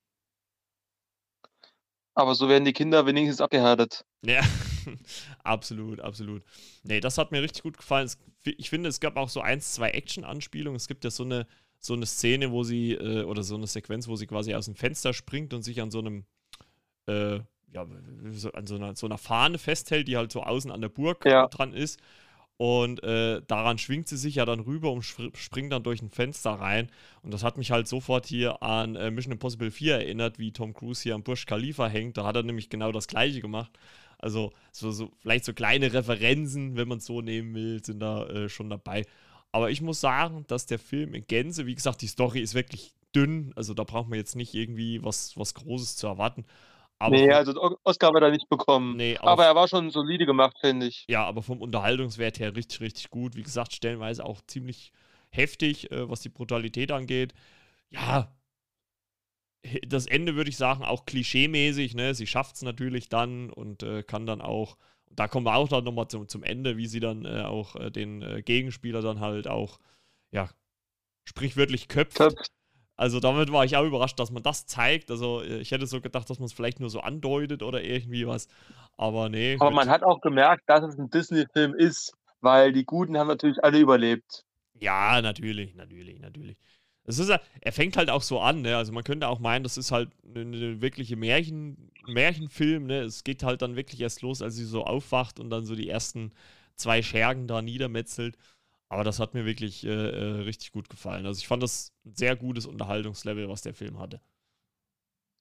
Aber so werden die Kinder wenigstens abgehärtet. Ja, absolut, absolut. Nee, das hat mir richtig gut gefallen. Es, ich finde, es gab auch so eins, zwei Action-Anspielungen. Es gibt ja so eine, so eine Szene, wo sie, äh, oder so eine Sequenz, wo sie quasi aus dem Fenster springt und sich an so einem, äh, ja, so, an so einer, so einer Fahne festhält, die halt so außen an der Burg äh, Ja, dran ist. Und äh, daran schwingt sie sich ja dann rüber und springt dann durch ein Fenster rein. Und das hat mich halt sofort hier an äh, Mission Impossible vier erinnert, wie Tom Cruise hier am Burj Khalifa hängt. Da hat er nämlich genau das Gleiche gemacht. Also so, so vielleicht so kleine Referenzen, wenn man es so nehmen will, sind da äh, schon dabei. Aber ich muss sagen, dass der Film in Gänze, wie gesagt, die Story ist wirklich dünn. Also da braucht man jetzt nicht irgendwie was, was Großes zu erwarten. Aber nee, vom, also den O- Oscar hat er da nicht bekommen. nee, aber Aber er war schon solide gemacht, finde ich. ja, aber vom Unterhaltungswert her richtig, richtig gut. Wie gesagt, stellenweise auch ziemlich heftig, äh, was die Brutalität angeht. Ja, das Ende würde ich sagen, auch klischeemäßig, ne? Sie schafft es natürlich dann und äh, kann dann auch, da kommen wir auch dann nochmal zum, zum Ende, wie sie dann äh, auch äh, den äh, Gegenspieler dann halt auch, ja, sprichwörtlich köpft. Köpft. Also damit war ich auch überrascht, dass man das zeigt. Also äh, ich hätte so gedacht, dass man es vielleicht nur so andeutet oder irgendwie was. Aber nee, Aber man wird, hat auch gemerkt, dass es ein Disney-Film ist, weil die Guten haben natürlich alle überlebt. ja, natürlich, natürlich, natürlich. Es ist ja, er fängt halt auch so an, ne? Also man könnte auch meinen, das ist halt eine, eine wirkliche Märchen, Märchenfilm, ne? Es geht halt dann wirklich erst los, als sie so aufwacht und dann so die ersten zwei Schergen da niedermetzelt. Aber das hat mir wirklich äh, äh, richtig gut gefallen. Also ich fand das ein sehr gutes Unterhaltungslevel, was der Film hatte.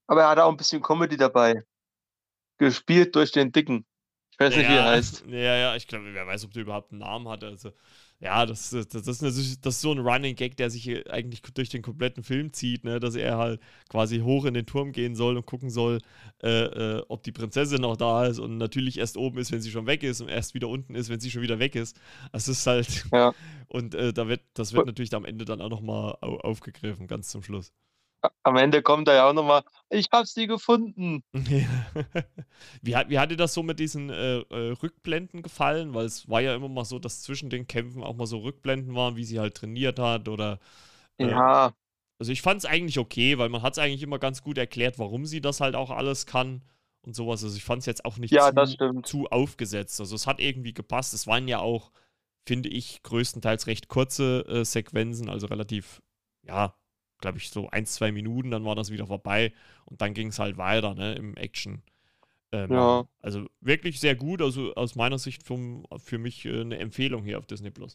Aber er hat auch ein bisschen Comedy dabei. Gespielt durch den Dicken. Ich weiß nicht, wie er Ja, heißt. ja, ja, ich glaube, wer weiß, ob der überhaupt einen Namen hat. Also, ja, das, das, das, ist eine, das ist so ein Running Gag, der sich hier eigentlich durch den kompletten Film zieht, ne? Dass er halt quasi hoch in den Turm gehen soll und gucken soll, äh, äh, ob die Prinzessin noch da ist und natürlich erst oben ist, wenn sie schon weg ist und erst wieder unten ist, wenn sie schon wieder weg ist. Das ist halt, Ja. und äh, da wird, das wird natürlich am Ende dann auch nochmal au aufgegriffen, ganz zum Schluss. Am Ende kommt er ja auch nochmal, ich hab sie gefunden. Wie hat, wie hat dir das so mit diesen äh, äh, Rückblenden gefallen? Weil es war ja immer mal so, dass zwischen den Kämpfen auch mal so Rückblenden waren, wie sie halt trainiert hat oder äh, Ja, also ich fand es eigentlich okay, weil man hat es eigentlich immer ganz gut erklärt, warum sie das halt auch alles kann und sowas. Also ich fand es jetzt auch nicht ja, das zu, stimmt. zu aufgesetzt. Also es hat irgendwie gepasst. Es waren ja auch, finde ich, größtenteils recht kurze äh, Sequenzen, also relativ, ja, glaube ich, so ein, zwei Minuten, dann war das wieder vorbei und dann ging es halt weiter, ne, im Action. Äh, Ja, machen. Also wirklich sehr gut, also aus meiner Sicht vom, für mich äh, eine Empfehlung hier auf Disney Plus.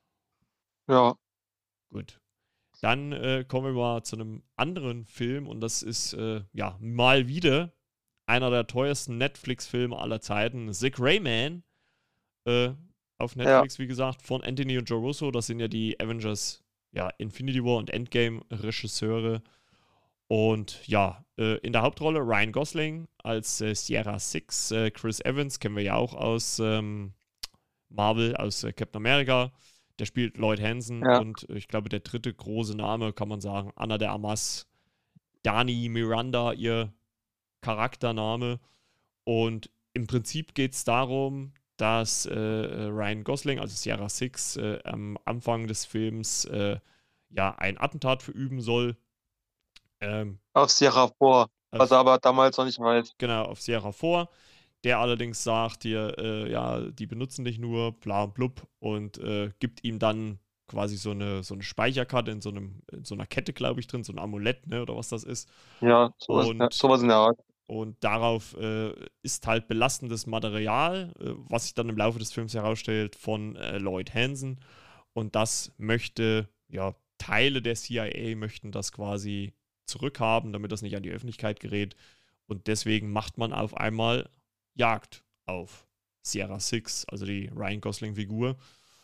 ja, Gut. Dann äh, kommen wir mal zu einem anderen Film und das ist äh, ja mal wieder einer der teuersten Netflix-Filme aller Zeiten, The Gray Man, äh, auf ja. Netflix, wie gesagt, von Anthony und Joe Russo. Das sind ja die Avengers, ja, Infinity War und Endgame-Regisseure. Und ja, äh, in der Hauptrolle Ryan Gosling als äh, Sierra Six. Äh, Chris Evans kennen wir ja auch aus ähm, Marvel, aus äh, Captain America. Der spielt Lloyd Hansen Ja, und äh, ich glaube, der dritte große Name, kann man sagen, Anna de Armas, Dani Miranda, ihr Charaktername. Und im Prinzip geht es darum, dass äh, Ryan Gosling, also Sierra Six, äh, am Anfang des Films äh, ja ein Attentat verüben soll. Ähm, auf Sierra vor, was er auf, aber damals noch nicht weiß. genau, auf Sierra vor. Der allerdings sagt dir, äh, ja, die benutzen dich nur, bla und blub, und äh, gibt ihm dann quasi so eine, so eine Speicherkarte in so, einem, in so einer Kette, glaube ich, drin, so ein Amulett, ne, oder was das ist. Ja, sowas, ja, Und, sowas in der Art. und darauf äh, ist halt belastendes Material, äh, was sich dann im Laufe des Films herausstellt, von äh, Lloyd Hansen. Und das möchte, ja, Teile der C I A möchten das quasi zurückhaben, damit das nicht an die Öffentlichkeit gerät. Und deswegen macht man auf einmal Jagd auf Sierra Six, also die Ryan Gosling-Figur.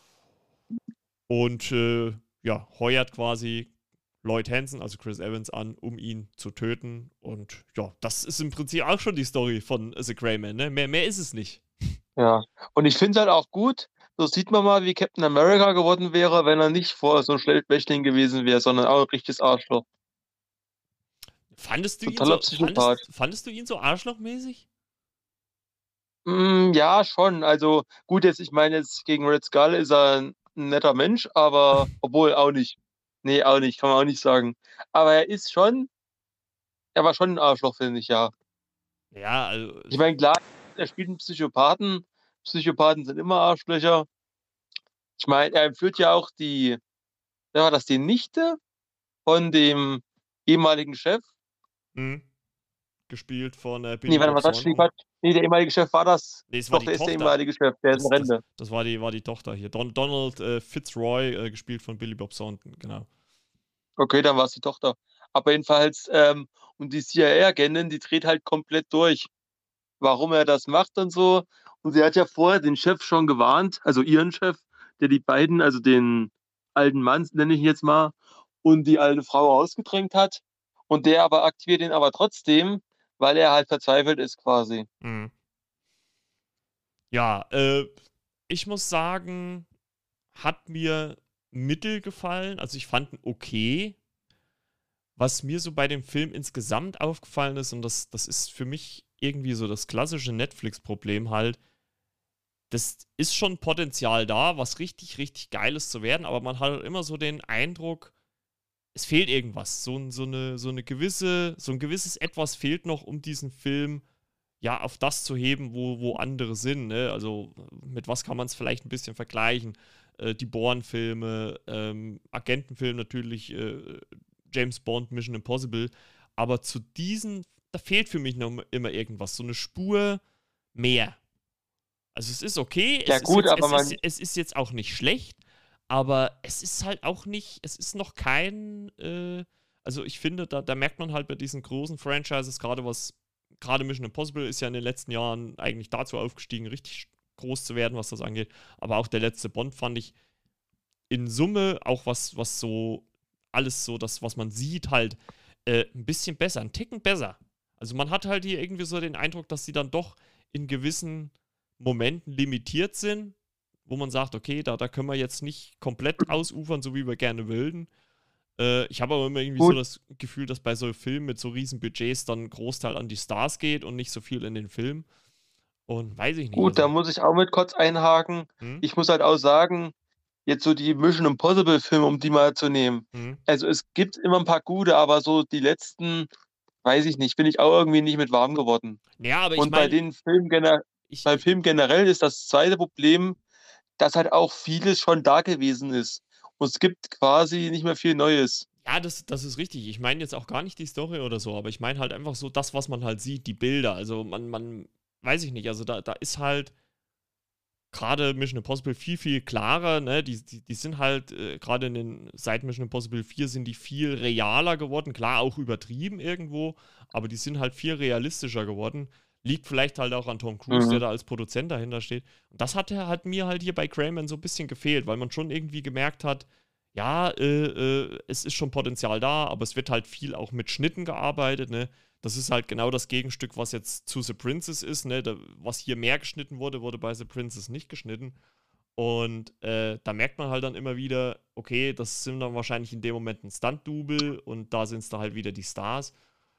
Und äh, ja, heuert quasi Lloyd Hansen, also Chris Evans, an, um ihn zu töten. Und ja, das ist im Prinzip auch schon die Story von The Gray Man, ne? Mehr, mehr ist es nicht. Ja. Und ich finde halt auch gut, so sieht man mal, wie Captain America geworden wäre, wenn er nicht vorher so ein Schlechtwächtling gewesen wäre, sondern auch ein richtiges Arschloch. Fandest du ihn Totaler so, Psychopath. fandest, fandest du ihn so arschlochmäßig? Hm, ja, schon. Also gut, jetzt ich meine jetzt gegen Red Skull ist er 'n 'n netter Mensch, aber obwohl auch nicht. Ne, auch nicht, kann man auch nicht sagen. Aber er ist schon er war schon 'n Arschloch, finde ich, ja. Ja, also, Ich meine, klar, er spielt 'n Psychopathen. Psychopathen sind immer Arschlöcher. Ich meine, er entführt ja auch die wer war das, die Nichte von dem ehemaligen Chef? mh, gespielt von äh, Ne, Billy warte Bob mal, Quatsch, ne, Thornton. Quatsch. Ne, der ehemalige Chef war das. Nee, es war Doch, die der ist der Tochter. ehemalige Chef, der ist in Das, das, Rente. das war, die, war die Tochter hier. Don, Donald äh, Fitzroy, äh, gespielt von Billy Bob Thornton, genau. Okay, dann war's die Tochter. Aber jedenfalls, ähm und die C I A-Agentin, die dreht halt komplett durch, warum er das macht und so. Und sie hat ja vorher den Chef schon gewarnt, also ihren Chef, der die beiden, also den alten Mann, nenne ich ihn jetzt mal, und die alte Frau rausgedrängt hat. Und der aber aktiviert ihn aber trotzdem, weil er halt verzweifelt ist quasi. Mhm. Ja, äh, ich muss sagen, hat mir mittel gefallen. Also ich fand ihn okay. Was mir so bei dem Film insgesamt aufgefallen ist, und das, das ist für mich irgendwie so das klassische Netflix-Problem halt, das ist schon Potenzial da, was richtig, richtig Geiles zu werden, aber man hat halt immer so den Eindruck, es fehlt irgendwas. So, so, eine, so eine gewisse, so ein gewisses Etwas fehlt noch, um diesen Film ja auf das zu heben, wo, wo andere sind. Ne? Also mit was kann man es vielleicht ein bisschen vergleichen? Äh, die Bourne-Filme, ähm, Agentenfilm natürlich, äh, James Bond, Mission Impossible. Aber zu diesen, da fehlt für mich noch immer irgendwas. So eine Spur mehr. Also es ist okay, Ja es ist gut, jetzt, aber es ist, man es ist jetzt auch nicht schlecht, aber es ist halt auch nicht, es ist noch kein, äh, also ich finde, da, da merkt man halt bei diesen großen Franchises, gerade was, gerade Mission Impossible ist ja in den letzten Jahren eigentlich dazu aufgestiegen, richtig groß zu werden, was das angeht. Aber auch der letzte Bond fand ich in Summe, auch was, was so, alles so, das, was man sieht, halt äh, ein bisschen besser, ein Ticken besser. Also man hat halt hier irgendwie so den Eindruck, dass sie dann doch in gewissen Momenten limitiert sind, wo man sagt, okay, da, da können wir jetzt nicht komplett ausufern, so wie wir gerne würden. Äh, ich habe aber immer irgendwie so Gut, das Gefühl, dass bei so Filmen mit so riesen Budgets dann ein Großteil an die Stars geht und nicht so viel in den Film. Und weiß ich nicht, gut, da also. muss ich auch mit kurz einhaken. Hm, Ich muss halt auch sagen, jetzt so die Mission Impossible Filme, um die mal zu nehmen. hm. Also es gibt immer ein paar gute, aber so die letzten, weiß ich nicht, bin ich auch irgendwie nicht mit warm geworden. Ja, aber ich Und bei meine, den Filmen gener ich, beim ich, Film generell ist das zweite Problem, dass halt auch vieles schon da gewesen ist. Und es gibt quasi nicht mehr viel Neues. ja, das, das ist richtig. Ich meine jetzt auch gar nicht die Story oder so, aber ich meine halt einfach so das, was man halt sieht, die Bilder. Also man, man, weiß ich nicht, also da, da ist halt gerade Mission Impossible viel, viel klarer, ne? Die, die, die sind halt, äh, gerade in den, seit Mission Impossible vier sind die viel realer geworden. Klar, auch übertrieben irgendwo, aber die sind halt viel realistischer geworden. Liegt vielleicht halt auch an Tom Cruise, der Mhm. da als Produzent dahinter steht. Und das hat, hat mir halt hier bei Crayman so ein bisschen gefehlt, weil man schon irgendwie gemerkt hat, ja, äh, äh, es ist schon Potenzial da, aber es wird halt viel auch mit Schnitten gearbeitet, ne? Das ist halt genau das Gegenstück, was jetzt zu The Princess ist, ne? Da, was hier mehr geschnitten wurde, wurde bei The Princess nicht geschnitten. Und äh, da merkt man halt dann immer wieder, okay, das sind dann wahrscheinlich in dem Moment ein Stunt-Double und da sind es da halt wieder die Stars.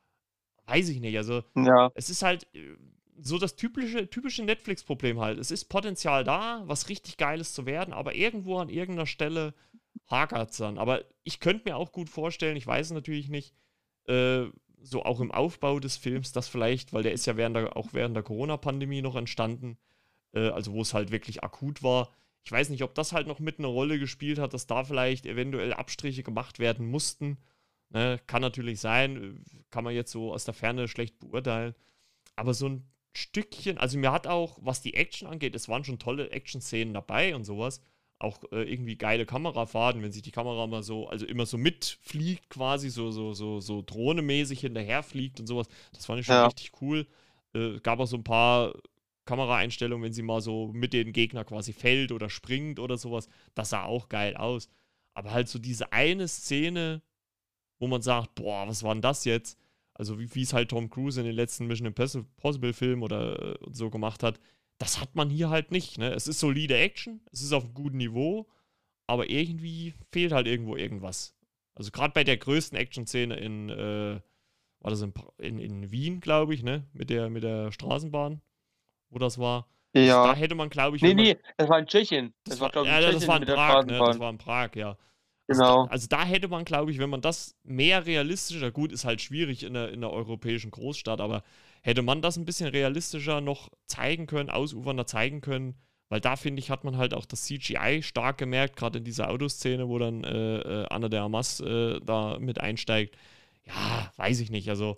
Weiß ich nicht, also Ja, es ist halt äh, so das typische, typische Netflix-Problem halt. Es ist Potenzial da, was richtig Geiles zu werden, aber irgendwo an irgendeiner Stelle hakert es dann. Aber ich könnte mir auch gut vorstellen, ich weiß es natürlich nicht, äh, so auch im Aufbau des Films, dass vielleicht, weil der ist ja während der, auch während der Corona-Pandemie noch entstanden, äh, also wo es halt wirklich akut war. Ich weiß nicht, ob das halt noch mit eine Rolle gespielt hat, dass da vielleicht eventuell Abstriche gemacht werden mussten. Ne? Kann natürlich sein, kann man jetzt so aus der Ferne schlecht beurteilen. Aber so ein Stückchen, also mir hat auch, was die Action angeht, es waren schon tolle Action-Szenen dabei und sowas. Auch äh, irgendwie geile Kamerafahrten, wenn sich die Kamera mal so, also immer so mitfliegt quasi, so, so, so, so drohnemäßig hinterherfliegt und sowas. Das fand ich schon ja. richtig cool. Äh, gab auch so ein paar Kameraeinstellungen, wenn sie mal so mit den Gegner quasi fällt oder springt oder sowas. Das sah auch geil aus. Aber halt so diese eine Szene, wo man sagt, boah, was war denn das jetzt? Also wie es halt Tom Cruise in den letzten Mission Impossible Filmen oder äh, so gemacht hat, das hat man hier halt nicht. Ne? Es ist solide Action, es ist auf einem guten Niveau, aber irgendwie fehlt halt irgendwo irgendwas. Also gerade bei der größten Action-Szene in, äh, war das in, in, in Wien, glaube ich, ne? Mit der, mit der Straßenbahn, wo das war. Also da Ja. hätte man, glaube ich, Ne, wenn man ne, es war in Tschechien. das Es war, war, glaube ich, in ja, das war Tschechien in mit der Prag, ne? Das Straßenbahn. war in Prag, ja. Also da, Genau. also da hätte man, glaube ich, wenn man das mehr realistischer, gut, ist halt schwierig in der, in der europäischen Großstadt, aber hätte man das ein bisschen realistischer noch zeigen können, ausufernder zeigen können, weil da, finde ich, hat man halt auch das C G I stark gemerkt, gerade in dieser Autoszene, wo dann äh, äh, Anna de Armas äh, da mit einsteigt. Ja, weiß ich nicht, also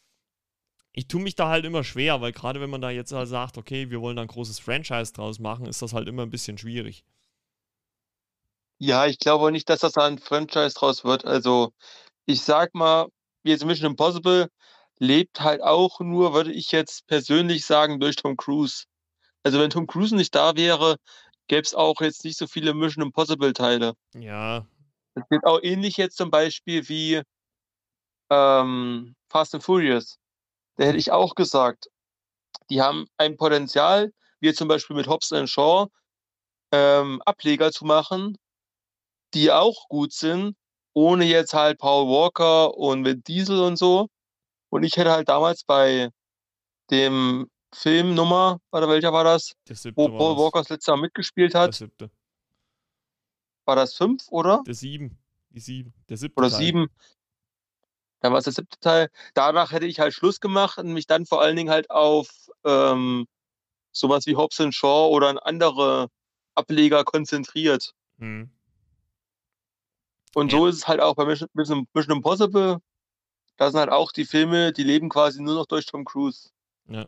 ich tue mich da halt immer schwer, weil gerade wenn man da jetzt halt sagt, okay, wir wollen da ein großes Franchise draus machen, ist das halt immer ein bisschen schwierig. Ja, ich glaube auch nicht, dass das da 'n Franchise draus wird. Also, ich sage mal, jetzt Mission Impossible lebt halt auch nur, würde ich jetzt persönlich sagen, durch Tom Cruise. Also, wenn Tom Cruise nicht da wäre, gäb's auch jetzt nicht so viele Mission Impossible Teile. Ja, Das geht auch ähnlich jetzt zum Beispiel wie, ähm, Fast and Furious. Da hätte ich auch gesagt, die haben ein Potenzial, wie jetzt zum Beispiel mit Hobbs and Shaw, ähm, Ableger zu machen, die auch gut sind, ohne jetzt halt Paul Walker und Vin Diesel und so. Und ich hätte halt damals bei dem Film Nummer warte, welcher war das? der Wo siebte war Paul das. Walker das letzte Mal mitgespielt Der hat. siebte. War das fünf, oder? Der sieben. Die sieben. Der siebte Oder Teil. sieben? Dann war's der siebte Teil. Danach hätte ich halt Schluss gemacht und mich dann vor allen Dingen halt auf, ähm, so was wie Hobbs and Shaw oder an andere Ableger konzentriert. Mhm. Und Ja, so ist es halt auch bei Mission Mission Mission Impossible. Da sind halt auch die Filme, die leben quasi nur noch durch Tom Cruise, ja.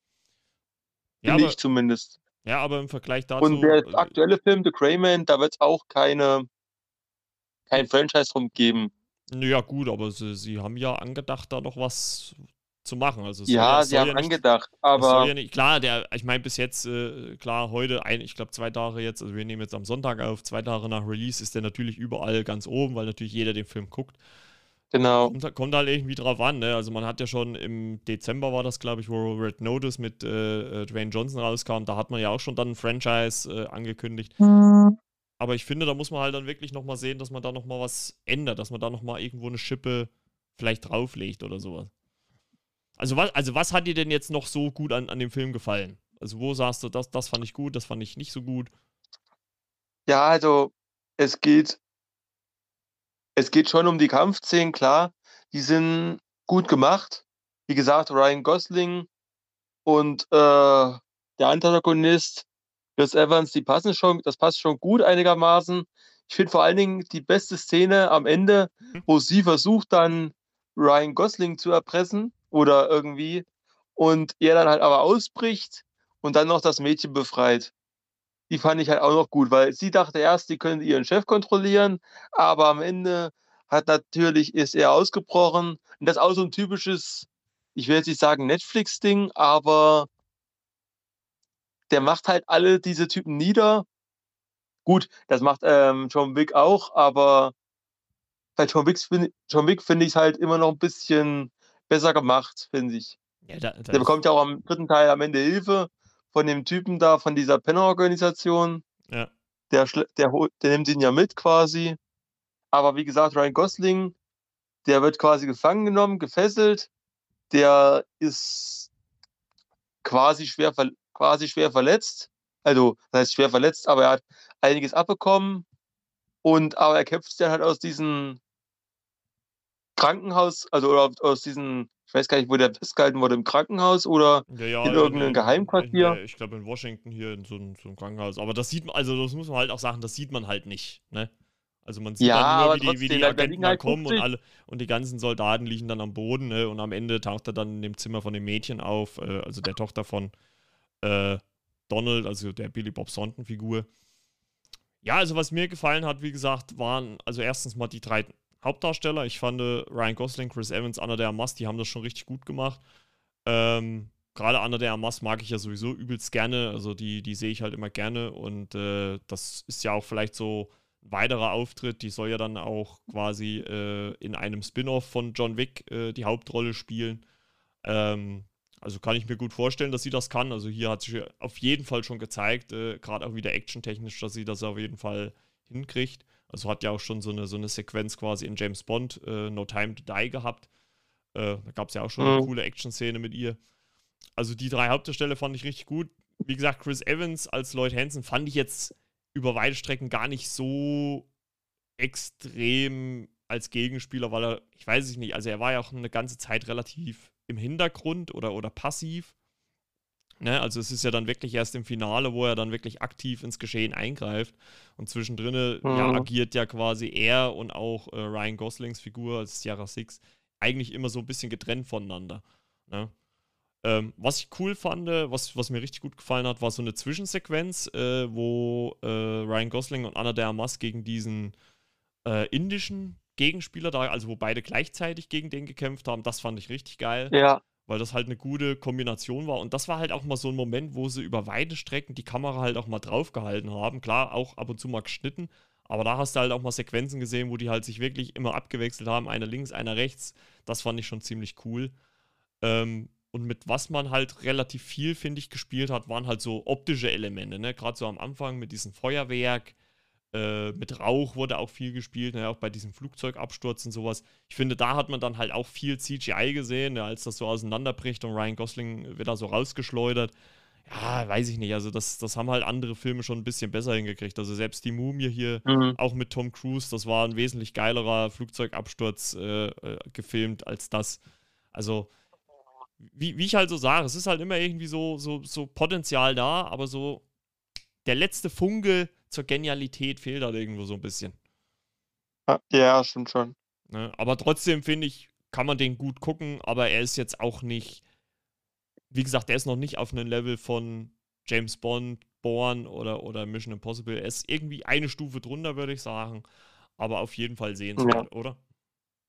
Ja, finde aber, ich zumindest. ja, aber im Vergleich Und dazu, der äh, aktuelle Film The Gray Man, da wird's auch keine kein Franchise drum geben. Naja, gut, aber sie, sie haben ja angedacht, da noch was zu machen. Also es soll ja, Ja, es sie soll haben ja nicht, angedacht, es soll aber ja nicht, klar, der, ich meine, bis jetzt, äh, klar, heute, ein, ich glaube, zwei Tage jetzt, also wir nehmen jetzt am Sonntag auf, zwei Tage nach Release ist der natürlich überall ganz oben, weil natürlich jeder den Film guckt. genau. Kommt, kommt halt irgendwie drauf an, ne? Also man hat ja schon im Dezember war das, glaube ich, wo Red Notice mit äh, äh, Dwayne Johnson rauskam, da hat man ja auch schon dann ein Franchise äh, angekündigt. Mhm. Aber ich finde, da muss man halt dann wirklich nochmal sehen, dass man da nochmal was ändert, dass man da nochmal irgendwo eine Schippe vielleicht drauflegt oder sowas. Also was, also was hat dir denn jetzt noch so gut an, an dem Film gefallen? Also wo sagst du, das, das fand ich gut, das fand ich nicht so gut? Ja, also es geht es geht schon um die Kampfszenen, klar. Die sind gut gemacht. Wie gesagt, Ryan Gosling und, äh, der Antagonist Chris Evans, die passen schon das passt schon gut einigermaßen. Ich finde vor allen Dingen die beste Szene am Ende, Hm? wo sie versucht dann Ryan Gosling zu erpressen oder irgendwie und er dann halt aber ausbricht und dann noch das Mädchen befreit. Die fand ich halt auch noch gut, weil sie dachte erst, sie könnte ihren Chef kontrollieren, aber am Ende hat natürlich ist er ausgebrochen. Und das ist auch so 'n typisches, ich will jetzt nicht sagen Netflix-Ding, aber der macht halt alle diese Typen nieder. Gut, das macht, ähm, John Wick auch, aber bei John Wicks finde John Wick finde ich's halt immer noch 'n bisschen besser gemacht, finde ich. Ja, da, da Der ist. bekommt ja auch am dritten Teil am Ende Hilfe von dem Typen da, von dieser Penner-Organisation. Ja. Der schl der holt der nimmt ihn ja mit quasi. Aber wie gesagt, Ryan Gosling, der wird quasi gefangen genommen, gefesselt. Der ist quasi schwer ver quasi schwer verletzt. Also, was heißt schwer verletzt, aber er hat einiges abbekommen und aber er kämpft sich dann halt aus diesem Krankenhaus, also oder aus diesem, ich weiß gar nicht, wo der festgehalten wurde, im Krankenhaus oder Ja, in ja, in, irgend 'nem in, in Geheimquartier. der, ich glaube in Washington hier in so einem so einem Krankenhaus. Aber das sieht man, also das muss man halt auch sagen, das sieht man halt nicht, ne? Also man sieht Ja, dann nur, aber wie die, wie trotzdem, die da da Agenten liegen dann halt kommen und fünfzig. alle und die ganzen Soldaten liegen dann am Boden, ne? Und am Ende taucht er dann in dem Zimmer von dem Mädchen auf, äh, also der Tochter von äh, Donald, also der Billy Bob Thornton-Figur. Ja, also was mir gefallen hat, wie gesagt, waren also erstens mal die drei Hauptdarsteller. Ich fand äh, Ryan Gosling, Chris Evans, Anna de Armas, die haben das schon richtig gut gemacht. Ähm, Gerade Anna de Armas mag ich ja sowieso übelst gerne. Also die, die sehe ich halt immer gerne. Und äh, das ist ja auch vielleicht so ein weiterer Auftritt. Die soll ja dann auch quasi äh, in einem Spin-off von John Wick äh, die Hauptrolle spielen. Ähm, also kann ich mir gut vorstellen, dass sie das kann. Also hier hat sie auf jeden Fall schon gezeigt, äh, gerade auch wieder actiontechnisch, dass sie das auf jeden Fall hinkriegt. Also hat ja auch schon so eine, so eine Sequenz quasi in James Bond, äh, No Time to Die gehabt. Äh, da gab es ja auch schon eine Mhm. coole Action-Szene mit ihr. Also die drei Hauptdarsteller fand ich richtig gut. Wie gesagt, Chris Evans als Lloyd Hansen fand ich jetzt über weite Strecken gar nicht so extrem als Gegenspieler, weil er, ich weiß es nicht, also er war ja auch eine ganze Zeit relativ im Hintergrund oder, oder passiv. Ne? Also es ist ja dann wirklich erst im Finale, wo er dann wirklich aktiv ins Geschehen eingreift. Und zwischendrin ja, Mhm. agiert ja quasi er und auch äh, Ryan Goslings Figur als Sierra Six eigentlich immer so ein bisschen getrennt voneinander. Ne? Ähm, was ich cool fand, was, was mir richtig gut gefallen hat, war so eine Zwischensequenz, äh, wo äh, Ryan Gosling und Anna de Armas gegen diesen äh, indischen Gegenspieler da, also wo beide gleichzeitig gegen den gekämpft haben. Das fand ich richtig geil, Ja. weil das halt eine gute Kombination war. Und das war halt auch mal so ein Moment, wo sie über weite Strecken die Kamera halt auch mal draufgehalten haben. Klar, auch ab und zu mal geschnitten, aber da hast du halt auch mal Sequenzen gesehen, wo die halt sich wirklich immer abgewechselt haben, einer links, einer rechts. Das fand ich schon ziemlich cool. Ähm, und mit was man halt relativ viel, finde ich, gespielt hat, waren halt so optische Elemente, ne? Gerade so am Anfang mit diesem Feuerwerk, äh, mit Rauch wurde auch viel gespielt, ne? Auch bei diesem Flugzeugabsturz und sowas. Ich finde, da hat man dann halt auch viel C G I gesehen, ne? Als das so auseinanderbricht und Ryan Gosling wird da so rausgeschleudert. Ja, weiß ich nicht. Also, das, das haben halt andere Filme schon ein bisschen besser hingekriegt. Also, selbst die Mumie hier, Mhm. auch mit Tom Cruise, das war ein wesentlich geilerer Flugzeugabsturz äh, äh, gefilmt als das. Also, wie, wie ich halt so sage, es ist halt immer irgendwie so, so, so Potenzial da, aber so der letzte Funke zur Genialität fehlt halt irgendwo so ein bisschen. Ja, ja, stimmt schon. Ne? Aber trotzdem finde ich, kann man den gut gucken, aber er ist jetzt auch nicht, wie gesagt, er ist noch nicht auf einem Level von James Bond, Bourne oder, oder Mission Impossible. Er ist irgendwie eine Stufe drunter, würde ich sagen, aber auf jeden Fall Ja. sehenswert, oder?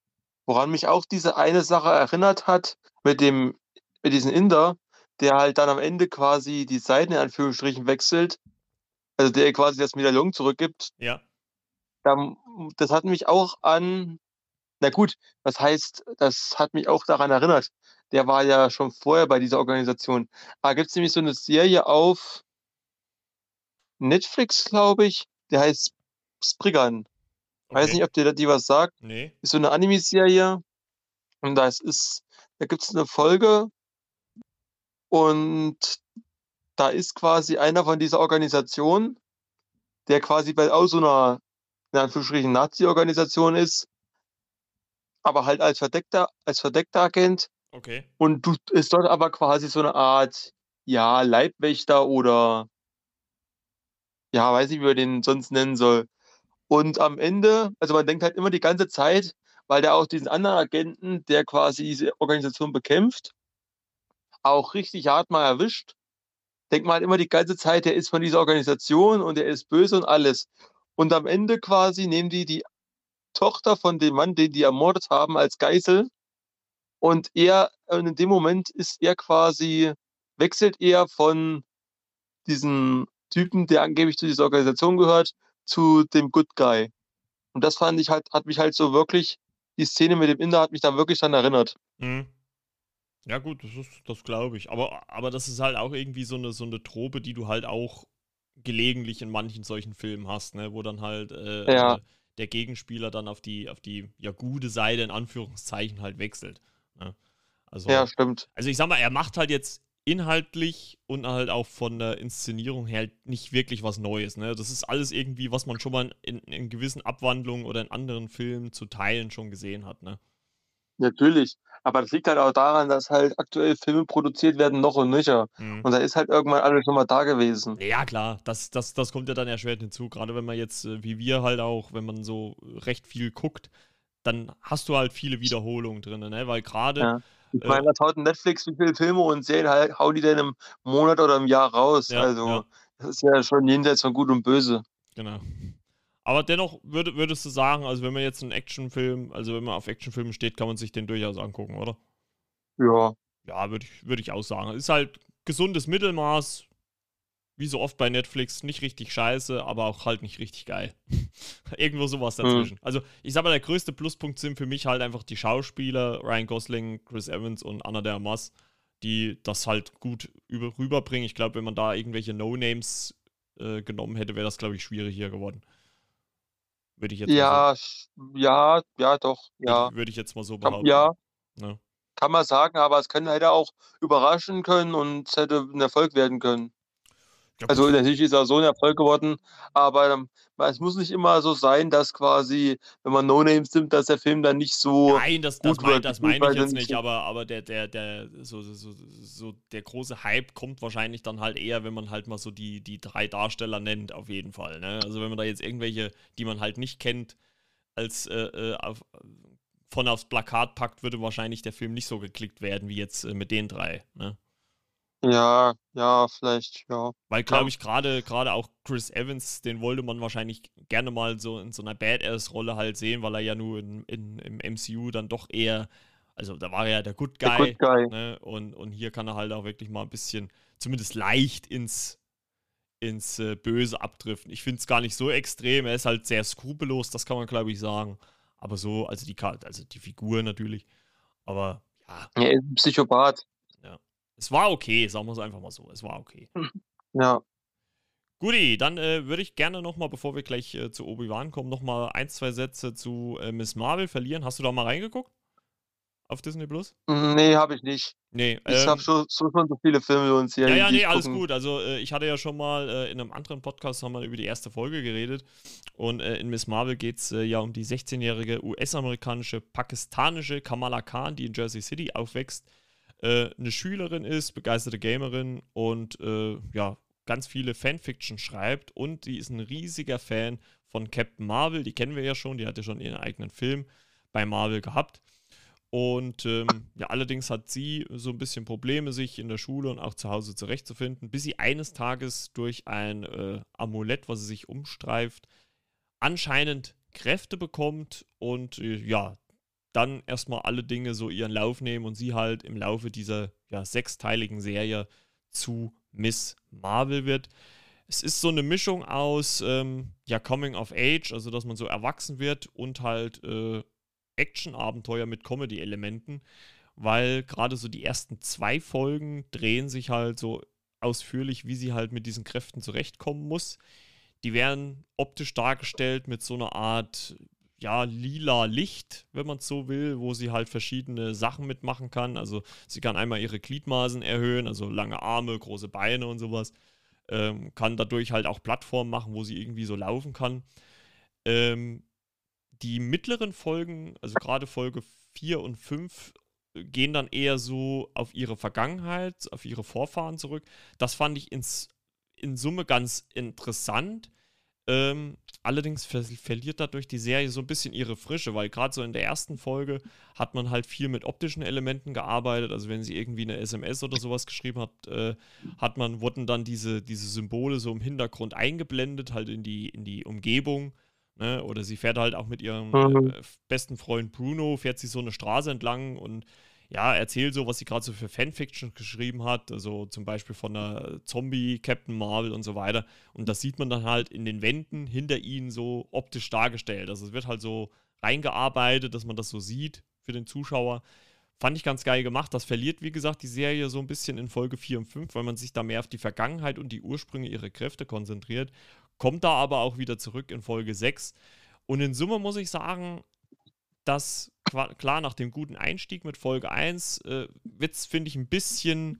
Woran mich auch diese eine Sache erinnert hat, mit dem mit diesem Inder, der halt dann am Ende quasi die Seiten in Anführungsstrichen wechselt, also der quasi das Medaillon zurückgibt. Ja. Ähm, das hat mich auch an na gut, was heißt, das hat mich auch daran erinnert. Der war ja schon vorher bei dieser Organisation. Da gibt's nämlich so 'ne Serie auf Netflix, glaube ich, der heißt Spriggan. Weiß Okay. nicht, ob dir die was sagt. Ne. Ist so 'ne Anime-Serie und das ist da gibt's 'ne Folge und da ist quasi einer von dieser Organisation, der quasi bei auch so 'ner, in Anführungsstrichen, Nazi-Organisation ist aber halt als verdeckter als verdeckter Agent Okay. und du ist dort aber quasi so 'ne Art, ja, Leibwächter oder ja, weiß nicht, wie man den sonst nennen soll. Und am Ende also, man denkt halt immer die ganze Zeit, weil der auch diesen anderen Agenten, der quasi diese Organisation bekämpft auch richtig hart mal erwischt, denkt man halt immer die ganze Zeit, der ist von dieser Organisation und der ist böse und alles. Und am Ende quasi nehmen die die Tochter von dem Mann, den die ermordet haben, als Geisel und er und in dem Moment ist er quasi wechselt er von diesem Typen, der angeblich zu dieser Organisation gehört, zu dem Good Guy. Und das fand ich halt hat mich halt so wirklich die Szene mit dem Inder hat mich da wirklich dran erinnert. Mhm. Ja gut, das ist das glaube ich. Aber aber das ist halt auch irgendwie so 'ne so 'ne Trope, die du halt auch gelegentlich in manchen solchen Filmen hast, ne, wo dann halt, äh, Ja. äh, der Gegenspieler dann auf die auf die, ja, gute Seite in Anführungszeichen halt wechselt, ne? Ja, Also stimmt. also, ich sage mal, er macht halt jetzt inhaltlich und halt auch von der Inszenierung her nicht wirklich was Neues, ne? Das ist alles irgendwie, was man schon mal in in gewissen Abwandlungen oder in anderen Filmen zu Teilen schon gesehen hat, ne? Natürlich, aber das liegt halt auch daran, dass halt aktuell Filme produziert werden noch und nöcher. Mhm. Und da ist halt irgendwann alles schon mal da gewesen. Ja klar, das das das kommt ja dann erschwerend hinzu. Grade wenn man jetzt, äh, wie wir halt auch wenn man so recht viel guckt, dann hast du halt viele Wiederholungen drinnen, ne? Weil grade, Ja. Ich äh meine, was haut 'n Netflix wie viele Filme und Serien hal hauen die denn im Monat oder im Jahr raus? Ja, Also, ja. das ist ja schon jenseits von Gut und Böse. Genau. Aber dennoch würde würdest du sagen, also, wenn man jetzt 'n Actionfilm also, wenn man auf Actionfilme steht, kann man sich den durchaus angucken, oder? Ja. Ja, würde ich würde ich auch sagen. Ist halt gesundes Mittelmaß, wie so oft bei Netflix, nicht richtig scheiße, aber auch halt nicht richtig geil. Irgendwo so was Mhm. dazwischen. Also, ich sage mal, der größte Pluspunkt sind für mich halt einfach die Schauspieler, Ryan Gosling, Chris Evans und Ana de Armas, die das halt gut über rüberbringen. Ich glaube, wenn man da irgendwelche No-Names, äh, genommen hätte, wäre das, glaube ich, schwieriger geworden. Würde ich jetzt mal so Ja, sch ja, ja doch, würde ja. ich würde ich jetzt mal so Kann behaupten, ja. ne? Kann man sagen, aber es können hätte auch überraschen können und es hätte 'n Erfolg werden können. Ja Also, gut. natürlich ist er so 'n Erfolg geworden, aber, ähm, es muss nicht immer so sein, dass quasi, wenn man No-Names nimmt, dass der Film dann nicht so Nein, das das gut mein wird, das meine ich beziehungsweise jetzt nicht nicht, so aber aber der der der so so so so der große Hype kommt wahrscheinlich dann halt eher, wenn man halt mal so die die drei Darsteller nennt, auf jeden Fall, ne? Also, wenn man da jetzt irgendwelche, die man halt nicht kennt, als, äh, äh, auf vorne aufs Plakat packt, würde wahrscheinlich der Film nicht so geklickt werden wie jetzt, äh, mit den drei, ne? Ja, ja, vielleicht, ja. Weil, glaube Kann ich, grade grade auch Chris Evans, den wollte man wahrscheinlich gerne mal so in so 'ner Badass-Rolle halt sehen, weil er ja nur in in im M C U dann doch eher also, da war er ja der Good Der Good Guy, Guy. ne? Und und hier kann er halt auch wirklich mal 'n bisschen zumindest leicht ins ins, äh, Böse abdriften. Ich finde es gar nicht so extrem. Er ist halt sehr skrupellos, das kann man, glaube ich, sagen. Aber so also, die Char also, die Figur natürlich. Aber ja. Er ist 'n Psychopath. Ja. Es war okay, sagen wir's einfach mal so. Es war okay. Ja. Guti, dann, äh, würde ich gerne noch mal, bevor wir gleich, äh, zu Obi-Wan kommen, noch mal ein, zwei Sätze zu, äh, Miss Marvel verlieren. Hast du da mal reingeguckt? Auf Disney Plus? Hm, ne, habe ich nicht. Ne, Ich habe ähm scho so schon so viele Filme und Ja, Serien, ja, die ne, ich alles gucken gut. Also, äh, ich hatte ja schon mal, äh, in 'nem anderen Podcast haben wir über die erste Folge geredet und, äh, in Miss Marvel geht's, äh, ja um die sechzehnjährige U S-amerikanische pakistanische Kamala Khan, die in Jersey City aufwächst, äh, 'ne Schülerin ist, begeisterte Gamerin und, äh, ja, ganz viele Fanfiction schreibt und die ist 'n riesiger Fan von Captain Marvel. Die kennen wir ja schon, die hat ja schon ihren eigenen Film bei Marvel gehabt. Und, ähm, ja, allerdings hat sie so 'n bisschen Probleme, sich in der Schule und auch zu Hause zurechtzufinden, bis sie eines Tages durch ein, äh, Amulett, was sie sich umstreift, anscheinend Kräfte bekommt und, äh, ja dann erstmal alle Dinge so ihren Lauf nehmen und sie halt im Laufe dieser ja, sechsteiligen Serie zu Miss Marvel wird. Es ist so eine Mischung aus ähm, ja, Coming of Age, also dass man so erwachsen wird und halt äh, Action-Abenteuer mit Comedy-Elementen, weil gerade so die ersten zwei Folgen drehen sich halt so ausführlich, wie sie halt mit diesen Kräften zurechtkommen muss. Die werden optisch dargestellt mit so einer Art, ja, lila Licht, wenn man es so will, wo sie halt verschiedene Sachen mitmachen kann. Also sie kann einmal ihre Gliedmaßen erhöhen, also lange Arme, große Beine und sowas. Ähm, kann dadurch halt auch Plattformen machen, wo sie irgendwie so laufen kann. Ähm, die mittleren Folgen, also gerade Folge vier und fünf, gehen dann eher so auf ihre Vergangenheit, auf ihre Vorfahren zurück. Das fand ich ins, in Summe ganz interessant. Ähm, allerdings ver verliert dadurch die Serie so ein bisschen ihre Frische, weil gerade so in der ersten Folge hat man halt viel mit optischen Elementen gearbeitet. Also wenn sie irgendwie eine S M S oder sowas geschrieben hat, äh, hat man, wurden dann diese, diese Symbole so im Hintergrund eingeblendet, halt in die, in die Umgebung. Ne? Oder sie fährt halt auch mit ihrem äh, Mhm. besten Freund Bruno, fährt sie so eine Straße entlang und ja, erzählt so, was sie gerade so für Fanfiction geschrieben hat, also zum Beispiel von einer Zombie, Captain Marvel und so weiter. Und das sieht man dann halt in den Wänden hinter ihnen so optisch dargestellt. Also es wird halt so reingearbeitet, dass man das so sieht für den Zuschauer. Fand ich ganz geil gemacht. Das verliert, wie gesagt, die Serie so ein bisschen in Folge vier und fünf, weil man sich da mehr auf die Vergangenheit und die Ursprünge ihrer Kräfte konzentriert. Kommt da aber auch wieder zurück in Folge sechs. Und in Summe muss ich sagen, dass klar, nach dem guten Einstieg mit Folge eins äh, wird es, finde ich, ein bisschen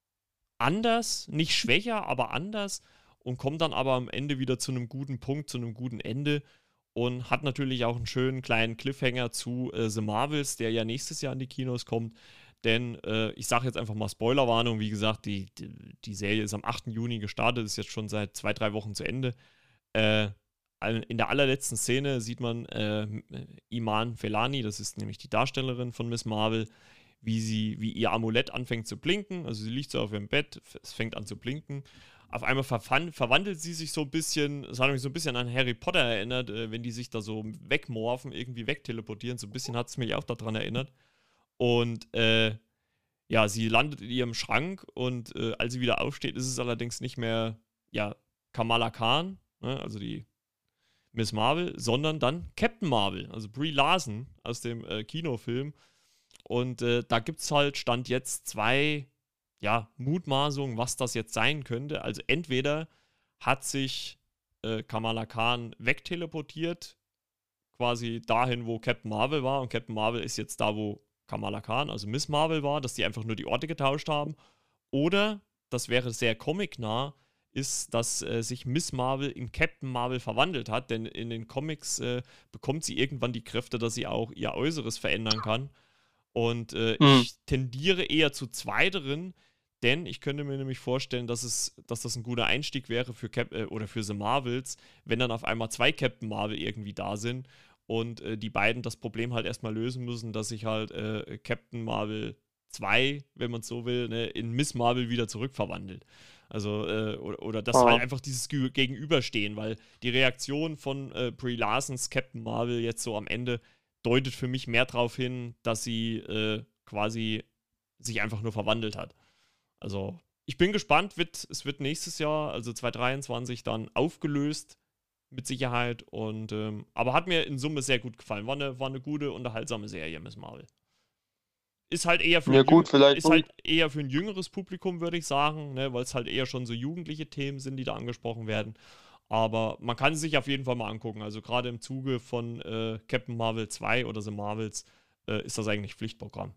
anders, nicht schwächer, aber anders und kommt dann aber am Ende wieder zu einem guten Punkt, zu einem guten Ende und hat natürlich auch einen schönen kleinen Cliffhanger zu äh, The Marvels, der ja nächstes Jahr in die Kinos kommt. Denn äh, ich sage jetzt einfach mal Spoilerwarnung, wie gesagt, die, die, die Serie ist am achten Juni gestartet, ist jetzt schon seit zwei, drei Wochen zu Ende. Äh, in der allerletzten Szene sieht man äh, Iman Felani, das ist nämlich die Darstellerin von Miss Marvel, wie sie, wie ihr Amulett anfängt zu blinken. Also sie liegt so auf ihrem Bett, es fängt an zu blinken. Auf einmal verwandelt sie sich so ein bisschen, das hat mich so ein bisschen an Harry Potter erinnert, äh, wenn die sich da so wegmorphen, irgendwie wegteleportieren. So ein bisschen hat es mich auch daran erinnert. Und äh, ja, sie landet in ihrem Schrank und äh, als sie wieder aufsteht, ist es allerdings nicht mehr, ja, Kamala Khan, ne, also die Miss Marvel, sondern dann Captain Marvel, also Brie Larson aus dem äh, Kinofilm. Und äh, da gibt es halt, Stand jetzt, zwei ja, Mutmaßungen, was das jetzt sein könnte. Also entweder hat sich äh, Kamala Khan wegteleportiert, quasi dahin, wo Captain Marvel war. Und Captain Marvel ist jetzt da, wo Kamala Khan, also Miss Marvel war, dass die einfach nur die Orte getauscht haben. Oder, das wäre sehr comicnah, ist, dass äh, sich Miss Marvel in Captain Marvel verwandelt hat, denn in den Comics äh, bekommt sie irgendwann die Kräfte, dass sie auch ihr Äußeres verändern kann. Und äh, Mhm. ich tendiere eher zu zweiteren, denn ich könnte mir nämlich vorstellen, dass, es, dass das ein guter Einstieg wäre für Cap äh, oder für The Marvels, wenn dann auf einmal zwei Captain Marvel irgendwie da sind und äh, die beiden das Problem halt erstmal lösen müssen, dass sich halt äh, Captain Marvel zwei, wenn man es so will, ne, in Miss Marvel wieder zurückverwandelt. Also, äh, oder, oder dass halt Ah. einfach dieses Ge Gegenüberstehen, weil die Reaktion von äh, Brie Larsons Captain Marvel jetzt so am Ende deutet für mich mehr darauf hin, dass sie äh, quasi sich einfach nur verwandelt hat. Also, ich bin gespannt, wird, es wird nächstes Jahr, also zwanzig dreiundzwanzig, dann aufgelöst, mit Sicherheit. Und, ähm, aber hat mir in Summe sehr gut gefallen. War eine, war eine gute, unterhaltsame Serie, Miss Marvel. Ist halt eher für Ja ein, gut, jüng vielleicht ist muss halt ich, eher für ein jüngeres Publikum, würde ich sagen, ne, weil es halt eher schon so jugendliche Themen sind, die da angesprochen werden. Aber man kann es sich auf jeden Fall mal angucken. Also gerade im Zuge von äh, Captain Marvel zwei oder The Marvels äh, ist das eigentlich Pflichtprogramm,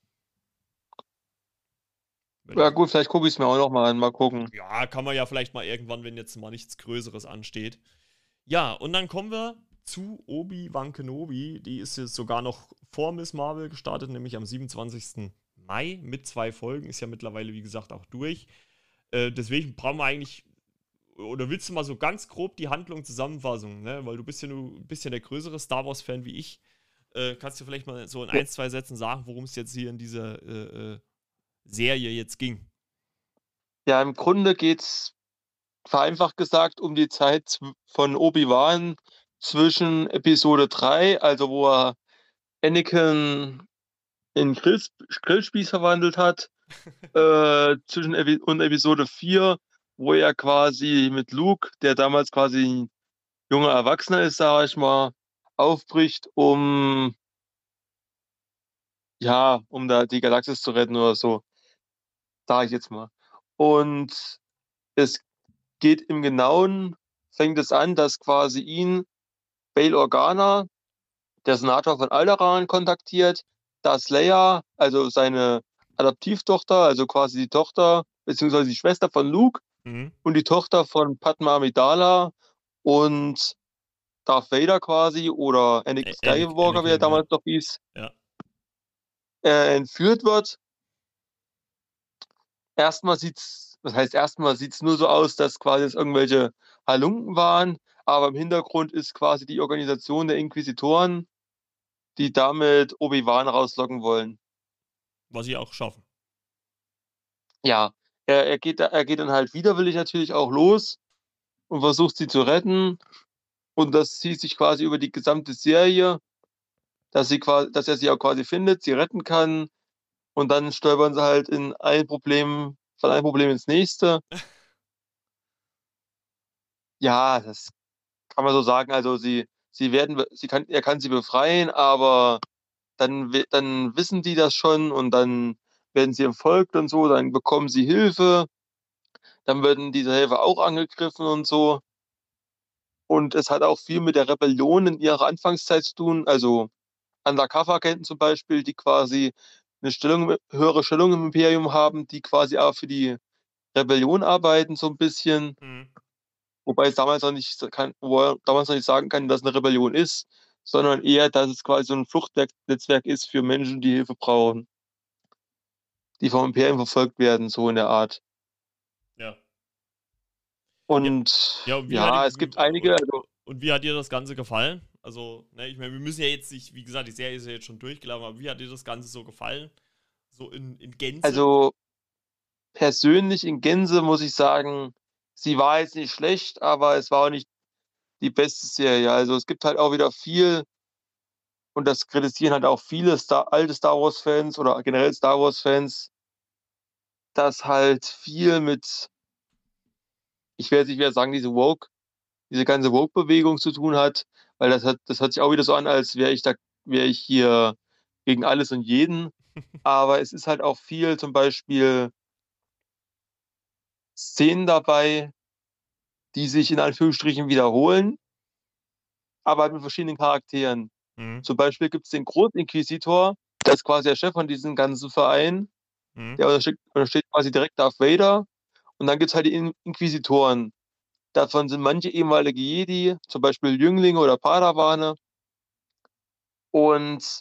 würde ja ich gut, sagen. vielleicht gucke ich es mir auch noch mal an, mal gucken. Ja, kann man ja vielleicht mal irgendwann, wenn jetzt mal nichts Größeres ansteht. Ja, und dann kommen wir zu Obi-Wan Kenobi. Die ist jetzt sogar noch vor Miss Marvel gestartet, nämlich am siebenundzwanzigsten Mai mit zwei Folgen. Ist ja mittlerweile, wie gesagt, auch durch. Äh, deswegen brauchen wir eigentlich, oder willst du mal so ganz grob die Handlung zusammenfassen, ne? Weil du bist ja nur ein bisschen der größere Star Wars-Fan wie ich. Äh, kannst du vielleicht mal so in Ja, ein, zwei Sätzen sagen, worum es jetzt hier in dieser äh, äh, Serie jetzt ging? ja, im Grunde geht's vereinfacht gesagt um die Zeit zw von Obi-Wan zwischen Episode drei, also wo er Anakin in Grills Grillspieß verwandelt hat, äh, zwischen Epi und Episode vier, wo er quasi mit Luke, der damals quasi 'n junger Erwachsener ist, sage ich mal, aufbricht, um ja, um da die Galaxis zu retten oder so, sage ich jetzt mal. Und es geht im Genauen fängt es an, dass quasi ihn Bail Organa, der Senator von Alderaan, kontaktiert, dass Leia, also seine Adoptivtochter, also quasi die Tochter beziehungsweise die Schwester von Luke Mhm. und die Tochter von Padmé Amidala und Darth Vader quasi oder Anakin Ä Anakin Skywalker, wie er Anakin, ja. damals noch hieß Ja. äh, entführt wird. Erst mal sieht's was heißt erst mal sieht's nur so aus, dass quasi das irgendwelche Halunken waren, aber im Hintergrund ist quasi die Organisation der Inquisitoren, die damit Obi-Wan rauslocken wollen. Was sie auch schaffen. Ja, er er geht da er geht dann halt widerwillig natürlich auch los und versucht sie zu retten. Und das zieht sich quasi über die gesamte Serie, dass sie qua dass er sie auch quasi findet, sie retten kann und dann stolpern sie halt in ein Problem von einem Problem ins nächste. Ja, das kann man so sagen. Also, sie sie werden be sie kann er kann sie befreien, aber dann wi dann wissen die das schon und dann werden sie entfolgt und so, dann bekommen sie Hilfe. Dann werden diese Helfer auch angegriffen und so. Und es hat auch viel mit der Rebellion in ihrer Anfangszeit zu tun, also Undercover-Agenten zum Beispiel, die quasi 'ne Stellung im höhere Stellung im Imperium haben, die quasi auch für die Rebellion arbeiten so 'n bisschen. Mhm. Wobei es damals noch nicht so kann wo er damals noch nicht sagen kann, dass 'ne Rebellion ist, sondern eher, dass es quasi so 'n Fluchtwerk Netzwerk ist für Menschen, die Hilfe brauchen. Die vom Imperium verfolgt werden, so in der Art. Ja. Ja. Und Ja, und wie hat ja, die es wie gibt einige, und also und wie hat dir das Ganze gefallen? Also, ne, ich meine, wir müssen ja jetzt nicht wie gesagt, die Serie ist ja jetzt schon durchgelaufen, aber wie hat dir das Ganze so gefallen? So in in Gänze? Also persönlich in Gänze muss ich sagen, sie war jetzt nicht schlecht, aber es war auch nicht die beste Serie. Also, es gibt halt auch wieder viel und das kritisieren halt auch viele Star alte Star-Wars-Fans oder generell Star-Wars-Fans dass halt viel mit ich will jetzt nicht wieder sagen, diese Woke diese ganze Woke-Bewegung zu tun hat, weil das hört das hört sich auch wieder so an, als wäre ich da wäre ich hier gegen alles und jeden. Aber es ist halt auch viel zum Beispiel Szenen dabei die sich in Anführungsstrichen wiederholen aber halt mit verschiedenen Charakteren. Mhm. Zum Beispiel gibt's den Großinquisitor, der ist quasi der Chef von diesem ganzen Verein. Mhm. Der untersteht untersteht quasi direkt Darth Vader. Und dann gibt's halt die In Inquisitoren. Davon sind manche ehemalige Jedi, zum Beispiel Jünglinge oder Padawane. Und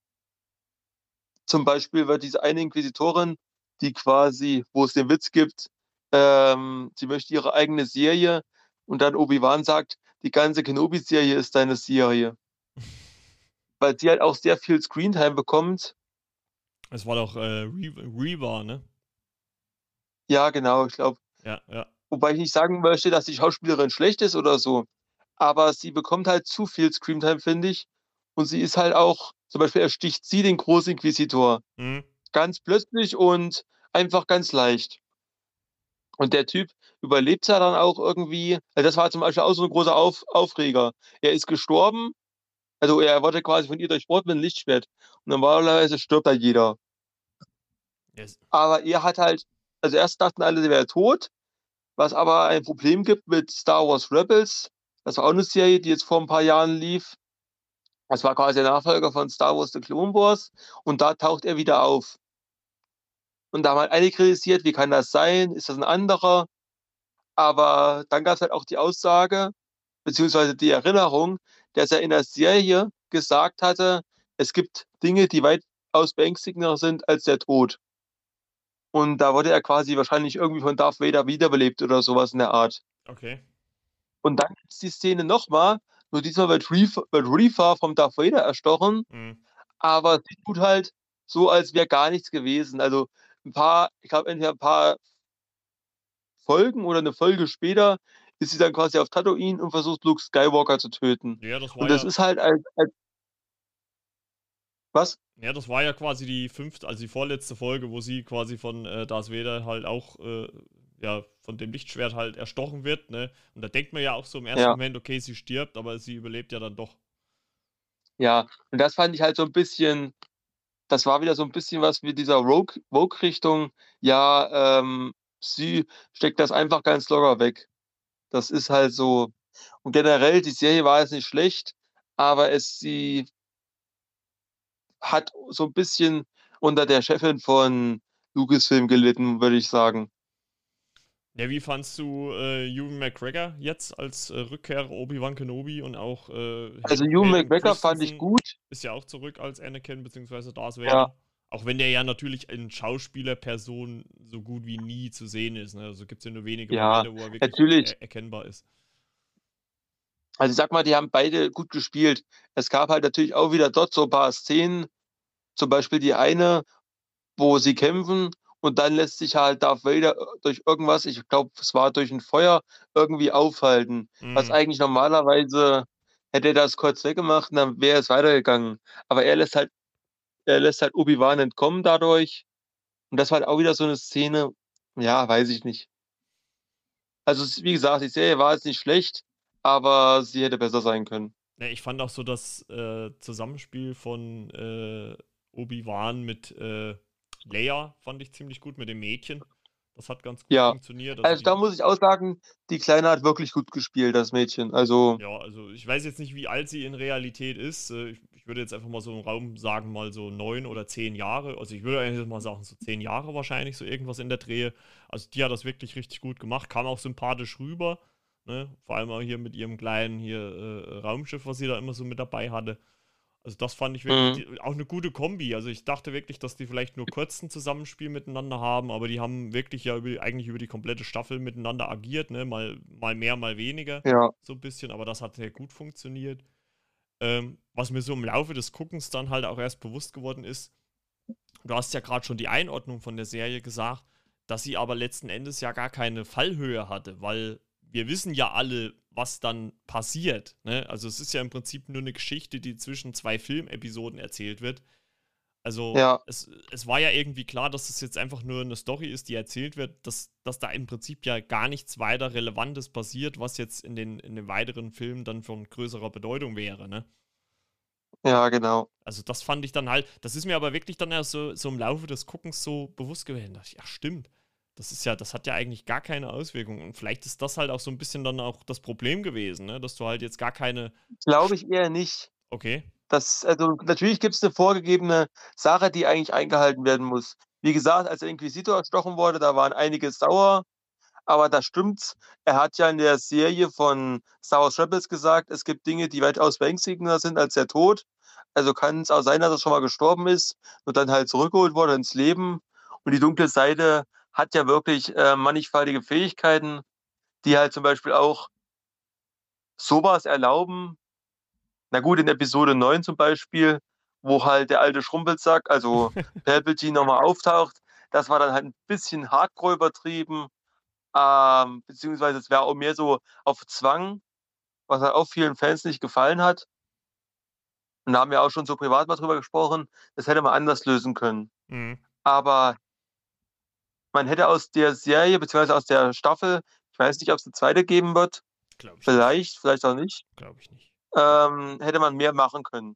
zum Beispiel wird diese eine Inquisitorin, die quasi wo es den Witz gibt, ähm, sie möchte ihre eigene Serie und dann Obi-Wan sagt: „Die ganze Kenobi-Serie ist deine Serie.“ Weil sie halt auch sehr viel Screentime bekommt. Es war doch, äh, Re Reva, ne? Ja, genau, ich glaube. Ja, ja. Wobei ich nicht sagen möchte, dass die Schauspielerin schlecht ist oder so, aber sie bekommt halt zu viel Screentime, finde ich. Und sie ist halt auch zum Beispiel ersticht sie den Großinquisitor Mhm. ganz plötzlich und einfach ganz leicht. Und der Typ überlebt's ja dann auch irgendwie. Weil das war zum Beispiel auch so 'n großer Auf Aufreger. Er ist gestorben, also er wurde quasi von ihr durchbohrt mit 'nem Lichtschwert. Und normalerweise stirbt da jeder. Yes. Aber er hat halt also erst dachten alle, der wäre tot, was aber ein Problem gibt mit Star Wars Rebels. Das war auch 'ne Serie, die jetzt vor 'n paar Jahren lief. Das war quasi der Nachfolger von Star Wars: The Clone Wars und da taucht er wieder auf. Und da haben halt einige kritisiert: „Wie kann das sein? Ist das 'n anderer?“ Aber dann gab's halt auch die Aussage beziehungsweise die Erinnerung, dass er in der Serie gesagt hatte: „Es gibt Dinge, die weitaus beängstigender sind als der Tod.“ Und da wurde er quasi wahrscheinlich irgendwie von Darth Vader wiederbelebt oder so was in der Art. Okay. Und dann gibt's die Szene noch mal, nur diesmal wird Reef wird Reefer vom Darth Vader erstochen, Mhm. aber sie tut halt so, als wäre gar nichts gewesen. Also 'n paar ich glaube, entweder 'n paar Folgen oder 'ne Folge später ist sie dann quasi auf Tatooine und versucht, Luke Skywalker zu töten. Ja, das Und war das ja ist halt als als Was? Ja, das war ja quasi die fünfte, also die vorletzte Folge, wo sie quasi von äh, Darth Vader halt auch, äh, ja, von dem Lichtschwert halt erstochen wird, ne? Und da denkt man ja auch so im ersten Ja, Moment, okay, sie stirbt, aber sie überlebt ja dann doch. ja. Und das fand ich halt so 'n bisschen das war wieder so 'n bisschen was wie dieser Rogue Woke-Richtung. Ja, ähm, sie steckt das einfach ganz locker weg. Das ist halt so und generell, die Serie war jetzt nicht schlecht, aber es sie hat so 'n bisschen unter der Chefin von Lucasfilm gelitten, würde ich sagen. Ja, wie fandst du äh, Ewan McGregor jetzt als äh, Rückkehrer Obi-Wan Kenobi und auch äh, Also, Hayden, Ewan Hayden McGregor fand ich Christensen gut. ist ja auch zurück als Anakin bzw. Darth Ja, Vader. Auch wenn der ja natürlich in Schauspielerperson so gut wie nie zu sehen ist. Ne? Also gibt es ja nur wenige ja, Momente, wo er wirklich natürlich. er erkennbar ist. Also, ich sage mal, die haben beide gut gespielt. Es gab halt natürlich auch wieder dort so 'n paar Szenen, zum Beispiel die eine, wo sie kämpfen und dann lässt sich halt Darth Vader, äh, durch irgendwas, ich glaube, es war durch 'n Feuer, irgendwie aufhalten. Was Mhm. eigentlich normalerweise hätte er das kurz weggemacht und dann wäre es weitergegangen. Aber er lässt halt er lässt halt Obi-Wan entkommen dadurch und das war halt auch wieder so 'ne Szene, ja, weiß ich nicht. Also, es wie gesagt, die Serie war jetzt nicht schlecht, aber sie hätte besser sein können. Ja, ich fand auch so das äh, Zusammenspiel von äh, Obi-Wan mit äh, Leia fand ich ziemlich gut mit dem Mädchen. Das hat ganz gut Ja, funktioniert. Also also, da die, muss ich auch sagen, die Kleine hat wirklich gut gespielt, das Mädchen. Also, ja, also ich weiß jetzt nicht, wie alt sie in Realität ist. Äh, ich, ich würde jetzt einfach mal so im Raum sagen, mal so neun oder zehn Jahre. Also ich würde eigentlich mal sagen, so zehn Jahre wahrscheinlich, so irgendwas in der Drehe. Also die hat das wirklich richtig gut gemacht, kam auch sympathisch rüber. Ne? Vor allem auch hier mit ihrem kleinen hier äh, Raumschiff, was sie da immer so mit dabei hatte. Also das fand ich wirklich mhm, die, auch eine gute Kombi. Also ich dachte wirklich, dass die vielleicht nur kurz ein Zusammenspiel miteinander haben, aber die haben wirklich ja über, eigentlich über die komplette Staffel miteinander agiert, ne? Mal, mal mehr, mal weniger, ja, so ein bisschen, aber das hat sehr gut funktioniert. Ähm, was mir so im Laufe des Guckens dann halt auch erst bewusst geworden ist, du hast ja gerade schon die Einordnung von der Serie gesagt, dass sie aber letzten Endes ja gar keine Fallhöhe hatte, weil wir wissen ja alle, was dann passiert. Ne? Also es ist ja im Prinzip nur eine Geschichte, die zwischen zwei Filmepisoden erzählt wird. Also ja, es, es war ja irgendwie klar, dass es jetzt einfach nur eine Story ist, die erzählt wird, dass, dass da im Prinzip ja gar nichts weiter Relevantes passiert, was jetzt in den, in den weiteren Filmen dann von größerer Bedeutung wäre. Ne? ja, genau. Also das fand ich dann halt, das ist mir aber wirklich dann erst so, so im Laufe des Guckens so bewusst gewesen. Da dachte ich, ach stimmt, das ist ja, das hat ja eigentlich gar keine Auswirkungen. Und vielleicht ist das halt auch so ein bisschen dann auch das Problem gewesen, ne? Dass du halt jetzt gar keine. Glaube ich eher nicht. Okay. Das also, natürlich gibt's 'ne vorgegebene Sache, die eigentlich eingehalten werden muss. Wie gesagt, als der Inquisitor erstochen wurde, da waren einige sauer, aber da stimmt's. Er hat ja in der Serie von Star Wars Rebels gesagt, es gibt Dinge, die weitaus beängstigender sind als der Tod. Also, kann's auch sein, dass er schon mal gestorben ist und dann halt zurückgeholt wurde ins Leben. Und die dunkle Seite hat ja wirklich, äh, mannigfaltige Fähigkeiten, die halt zum Beispiel auch so was erlauben. Na gut, in Episode neun zum Beispiel, wo halt der alte Schrumpelsack, also Palpatine noch mal auftaucht, das war dann halt 'n bisschen hardcore übertrieben, ähm, beziehungsweise es wäre auch mehr so auf Zwang, was halt auch vielen Fans nicht gefallen hat. Und da haben wir auch schon so privat mal drüber gesprochen, das hätte man anders lösen können. Mhm. Aber man hätte aus der Serie beziehungsweise aus der Staffel, ich weiß nicht, ob's 'ne zweite geben wird, Glaube ich nicht. vielleicht, vielleicht auch nicht, Glaube ich nicht. ähm, hätte man mehr machen können.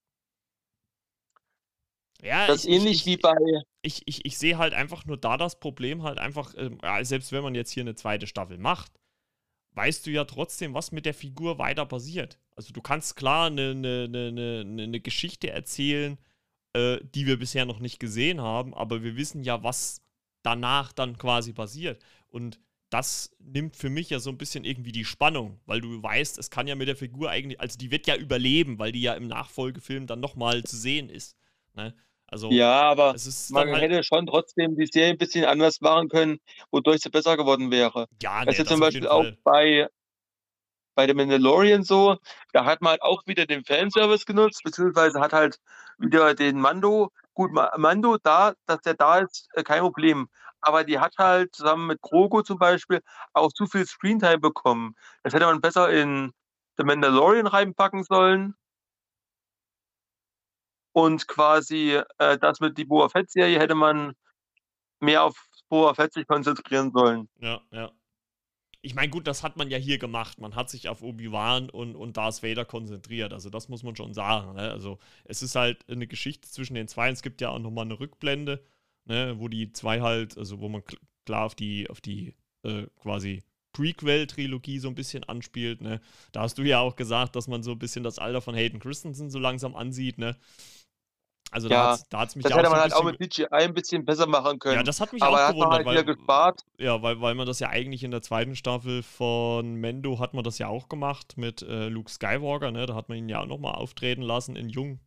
Ja, Das ist ich, ich, ähnlich wie ich, bei ich, ich, ich sehe halt einfach nur da das Problem halt einfach, ähm, ja, selbst wenn man jetzt hier eine zweite Staffel macht, weißt du ja trotzdem, was mit der Figur weiter passiert. Also du kannst klar eine, eine, eine, eine, eine Geschichte erzählen, äh, die wir bisher noch nicht gesehen haben, aber wir wissen ja, was danach dann quasi passiert. Und das nimmt für mich ja so ein bisschen irgendwie die Spannung, weil du weißt, es kann ja mit der Figur eigentlich, also die wird ja überleben, weil die ja im Nachfolgefilm dann nochmal zu sehen ist. Ne? Also Ja, aber es ist man dann halt, hätte schon trotzdem die Serie 'n bisschen anders machen können, wodurch sie besser geworden wäre. ja, Das ist ne, ja zum das auf jeden Beispiel auch Fall. bei bei The Mandalorian so, da hat man halt auch wieder den Fanservice genutzt, beziehungsweise hat halt wieder den Mando gut, Ma Mando da, dass der da ist, äh, kein Problem. Aber die hat halt zusammen mit Grogu zum Beispiel auch zu viel Screentime bekommen. Das hätte man besser in The Mandalorian reinpacken sollen Und quasi, äh, das mit die Boba Fett-Serie hätte man mehr auf Boba Fett sich konzentrieren sollen. Ja, ja. Ich meine, gut, das hat man ja hier gemacht. Man hat sich auf Obi-Wan und, und Darth Vader konzentriert. Also das muss man schon sagen. Ne? Also es ist halt eine Geschichte zwischen den zwei. Es gibt ja auch nochmal eine Rückblende, ne? Wo die zwei halt, also wo man kl- klar auf die, auf die äh, quasi Prequel-Trilogie so ein bisschen anspielt. Ne? Da hast du ja auch gesagt, dass man so ein bisschen das Alter von Hayden Christensen so langsam ansieht. Ne? Also da Ja, hat's, da hat's mich das ja auch hätte so man ein halt auch bisschen. mit C G I ein bisschen besser machen Ja, können. das hat mich Aber auch da hat man gewundert, halt wieder weil, gespart. ja, weil, weil man das ja eigentlich in der zweiten Staffel von Mendo hat man das ja auch gemacht mit äh, Luke Skywalker, ne? Da hat man ihn ja auch nochmal auftreten lassen in Jung.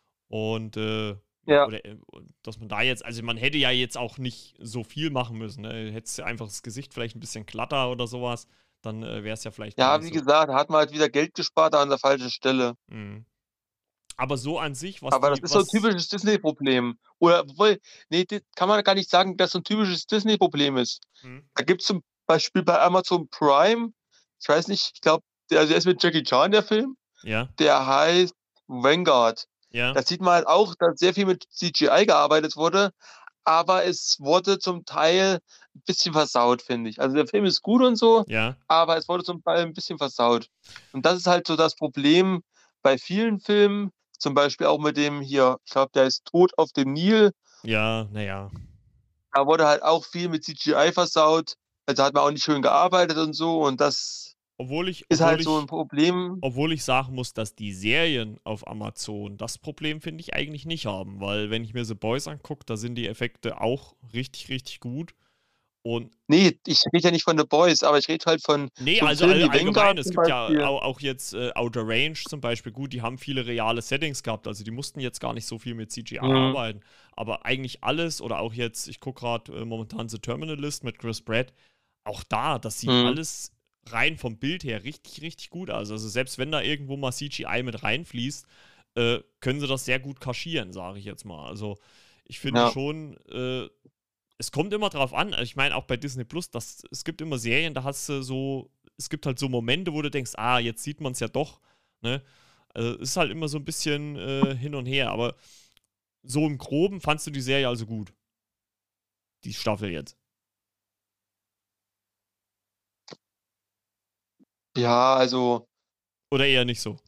Und äh, ja, Ja, oder äh, dass man da jetzt, also man hätte ja jetzt auch nicht so viel machen müssen, ne? Hättest du einfach das Gesicht vielleicht ein bisschen glatter oder sowas, dann äh, wäre es ja vielleicht gar ja, nicht wie so. gesagt, da hat man halt wieder Geld gespart an der falschen Stelle. Mhm. Aber so an sich, was Aber das die, ist so 'n was. typisches Disney-Problem. Oder obwohl, ne, d kann man gar nicht sagen, dass so 'n typisches Disney-Problem ist. Mhm. Da gibt's zum Beispiel bei Amazon Prime, ich weiß nicht, ich glaube, der also der ist mit Jackie Chan, der Film, Ja, der heißt Vanguard. ja, Da sieht man halt auch, dass sehr viel mit C G I gearbeitet wurde, aber es wurde zum Teil 'n bisschen versaut, finde ich. Also, der Film ist gut und so, ja, aber es wurde zum Teil 'n bisschen versaut. Und das ist halt so das Problem bei vielen Filmen, zum Beispiel auch mit dem hier, ich glaube, der heißt Tod auf dem Nil. ja, naja. Da wurde halt auch viel mit C G I versaut. Also, hat man auch nicht schön gearbeitet und so und das Obwohl ich, ist obwohl halt so 'n ich Problem. Obwohl ich sagen muss, dass die Serien auf Amazon das Problem, finde ich, eigentlich nicht haben, weil wenn ich mir The Boys angucke, da sind die Effekte auch richtig, richtig gut. Und Ne, ich rede ja nicht von The Boys, aber ich rede halt von nee, so 'nem also Film all, wie allgemein, Vanguard es zum gibt ja Beispiel. auch, auch jetzt äh, Outer Range zum Beispiel, gut, die haben viele reale Settings gehabt, also die mussten jetzt gar nicht so viel mit C G I Mhm, arbeiten, aber eigentlich alles oder auch jetzt, ich gucke gerade äh, momentan The Terminalist mit Chris Pratt, auch da, das sieht mhm. alles rein vom Bild her richtig, richtig gut aus. Also selbst wenn da irgendwo mal C G I mit reinfließt, äh, können sie das sehr gut kaschieren, sage ich jetzt mal. Also ich finde Ja, schon, äh, es kommt immer drauf an. Also ich meine auch bei Disney Plus, das, es gibt immer Serien, da hast du so, es gibt halt so Momente, wo du denkst, ah, jetzt sieht man es ja doch. Ne? Also es ist halt immer so ein bisschen äh, hin und her. Aber so im Groben fandst du die Serie also gut, die Staffel jetzt. ja, also Oder eher nicht so.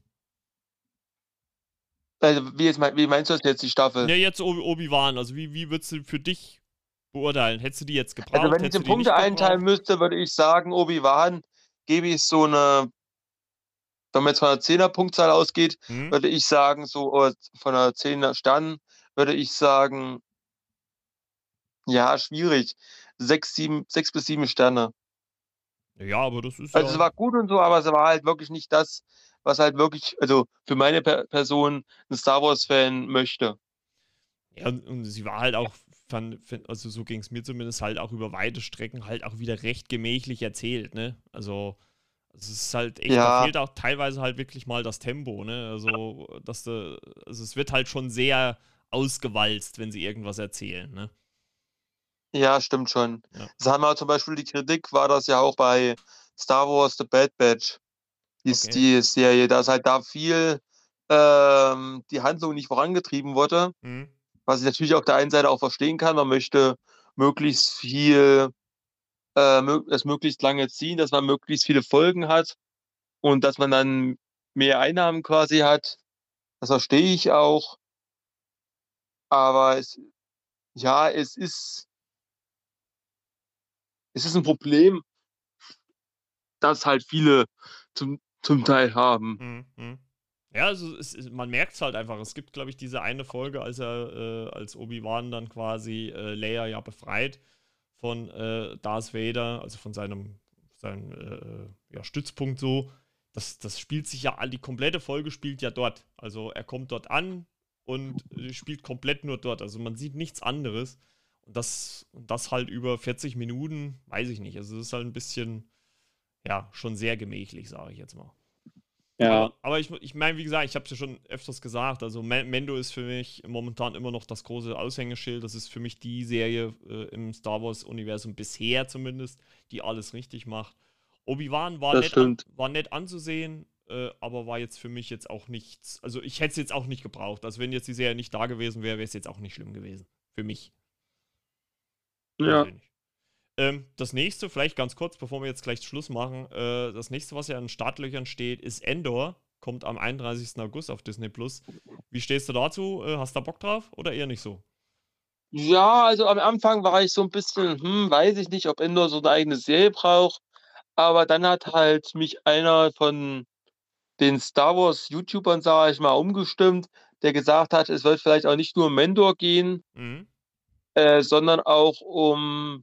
also, wie jetzt mei wie meinst du das jetzt, die Staffel? Ja, jetzt Obi- Obi-Wan, also wie, wie würdest du für dich beurteilen? Hättest du die jetzt Also, gebraucht? wenn ich's Hättest in du die Punkte nicht einteilen gebraucht? müsste, würde ich sagen, Obi-Wan gebe ich so 'ne, wenn man jetzt von 'ner Zehner-Punktzahl ausgeht, Hm? würde ich sagen, so, äh, von 'ner zehner Sternen würde ich sagen, ja, schwierig. Sechs, sieben, sechs bis sieben Sterne. Ja, aber das ist Also, es ja. war gut und so, aber es war halt wirklich nicht das, was halt wirklich, also, für meine Per Person 'n Star-Wars-Fan möchte. Ja, und, und sie war halt auch, fand, find, also so ging es mir zumindest halt auch über weite Strecken halt auch wieder recht gemächlich erzählt, ne? Also, es ist halt echt, da Ja, fehlt auch teilweise halt wirklich mal das Tempo, ne? Also, dass du, also es wird halt schon sehr ausgewalzt, wenn sie irgendwas erzählen, ne? ja, stimmt schon. Ja, Das haben wir zum Beispiel, die Kritik war das ja auch bei Star Wars: The Bad Batch, hieß okay. die Serie, dass halt da viel, ähm, die Handlung nicht vorangetrieben wurde, Hm. was ich natürlich auf der einen Seite auch verstehen kann. Man möchte möglichst viel, äh, mög es möglichst lange ziehen, dass man möglichst viele Folgen hat und dass man dann mehr Einnahmen quasi hat. Das verstehe ich auch, aber es, ja, es ist es ist 'n Problem, das halt viele zum zum Teil haben. Mhm, mhm. Ja, also es, es, man merkt es halt einfach. Es gibt, glaube ich, diese eine Folge, als er, äh, als Obi-Wan dann quasi äh, Leia ja befreit von äh, Darth Vader, also von seinem, seinem äh, ja, Stützpunkt so. Das, das spielt sich ja, all die komplette Folge spielt ja dort. Also er kommt dort an und äh, spielt komplett nur dort. Also man sieht nichts anderes. Und das, und das halt über vierzig Minuten, weiß ich nicht. Also es ist halt ein bisschen, ja, schon sehr gemächlich, sage ich jetzt mal. Ja, Aber, aber ich, ich meine, wie gesagt, ich habe es ja schon öfters gesagt, also Mendo ist für mich momentan immer noch das große Aushängeschild. Das ist für mich die Serie äh, im Star Wars-Universum bisher zumindest, die alles richtig macht. Obi-Wan war das nett, an, stimmt. war nett anzusehen. äh, aber war jetzt für mich jetzt auch nichts, also ich hätte es jetzt auch nicht gebraucht. Also wenn jetzt die Serie nicht da gewesen wäre, wäre es jetzt auch nicht schlimm gewesen. Für mich Ja. persönlich. Ähm, das nächste, vielleicht ganz kurz, bevor wir jetzt gleich Schluss machen, äh, das nächste, was ja in Startlöchern steht, ist Endor. Kommt am einunddreißigsten August auf Disney Plus. Wie stehst du dazu? Äh, hast du da Bock drauf oder eher nicht so? Ja, also am Anfang war ich so ein bisschen, hm, weiß ich nicht, ob Endor so eine eigene Serie braucht, aber dann hat halt mich einer von den Star Wars YouTubern, sage ich mal, umgestimmt, der gesagt hat, es wird vielleicht auch nicht nur um Endor gehen, Mhm. äh, sondern auch um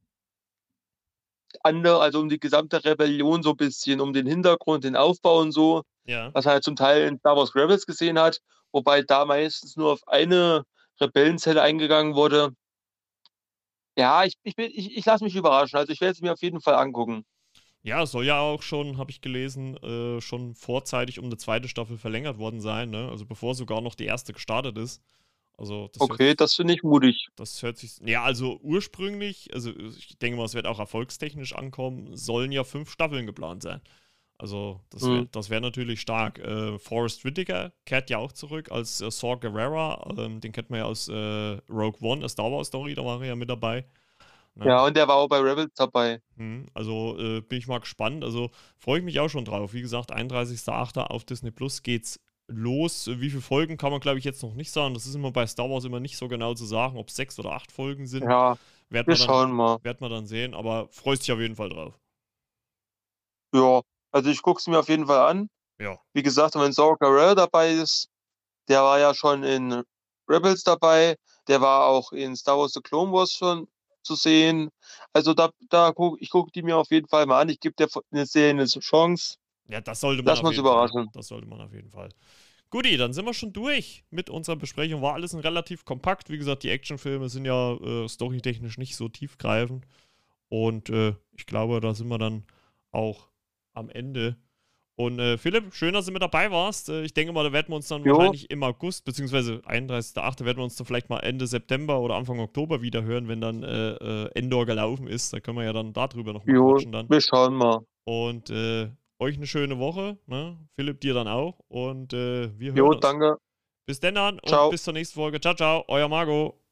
andere, also um die gesamte Rebellion so 'n bisschen, um den Hintergrund, den Aufbau und so, Ja. was er halt zum Teil in Star Wars Rebels gesehen hat, wobei da meistens nur auf eine Rebellenzelle eingegangen wurde. Ja, ich ich bin ich ich lasse mich überraschen. Also, ich werde es mir auf jeden Fall angucken. Ja, es soll ja auch schon, habe ich gelesen, äh, schon vorzeitig um eine zweite Staffel verlängert worden sein, ne? Also bevor sogar noch die erste gestartet ist. Also das hört, Okay, das finde ich mutig. das hört sich. Ja, also ursprünglich, also ich denke mal, es wird auch erfolgstechnisch ankommen, sollen ja fünf Staffeln geplant sein. Also das Mhm. wäre das wär natürlich stark. Äh, Forrest Whitaker kehrt ja auch zurück als äh, Saw Gerrera. Ähm, den kennt man ja aus äh, Rogue One, a Star Wars Story, da war er ja mit dabei. Ne? Ja, und der war auch bei Rebels dabei. Mhm, also äh, bin ich mal gespannt. Also freue ich mich auch schon drauf. Wie gesagt, einunddreißigster achter auf Disney Plus geht's los. Wie viele Folgen kann man, glaube ich, jetzt noch nicht sagen. Das ist immer bei Star Wars immer nicht so genau zu sagen, ob es sechs oder acht Folgen sind. Ja, Werden wir wir dann, schauen mal. werd man dann sehen, aber freust dich auf jeden Fall drauf. Ja, also, ich gucke es mir auf jeden Fall an. Ja. Wie gesagt, wenn Saw Gerrera dabei ist, der war ja schon in Rebels dabei, der war auch in Star Wars: The Clone Wars schon zu sehen. Also, da da gucke ich gucke die mir auf jeden Fall mal an. Ich gebe der v 'ne Serie 'ne Chance. Ja, das sollte man Lassen auf wir uns jeden Fall. überraschen. Das sollte man auf jeden Fall. Guti, dann sind wir schon durch mit unserer Besprechung. War alles ein relativ kompakt. Wie gesagt, die Actionfilme sind ja äh, storytechnisch nicht so tiefgreifend. Und äh, ich glaube, da sind wir dann auch am Ende. Und äh, Philipp, schön, dass du mit dabei warst. Äh, ich denke mal, da werden wir uns dann Jo, wahrscheinlich im August, beziehungsweise einunddreißigster achter werden wir uns dann vielleicht mal Ende September oder Anfang Oktober wieder hören, wenn dann äh, äh, Endor gelaufen ist. Da können wir ja dann darüber nochmal jo, quatschen dann. wir schauen mal. Und äh, euch eine schöne Woche. Ne? Philipp, dir dann auch. Und äh, wir hören Jo, uns. danke. Bis denn dann und Tschau. bis zur nächsten Folge. Ciao, ciao, euer Marco.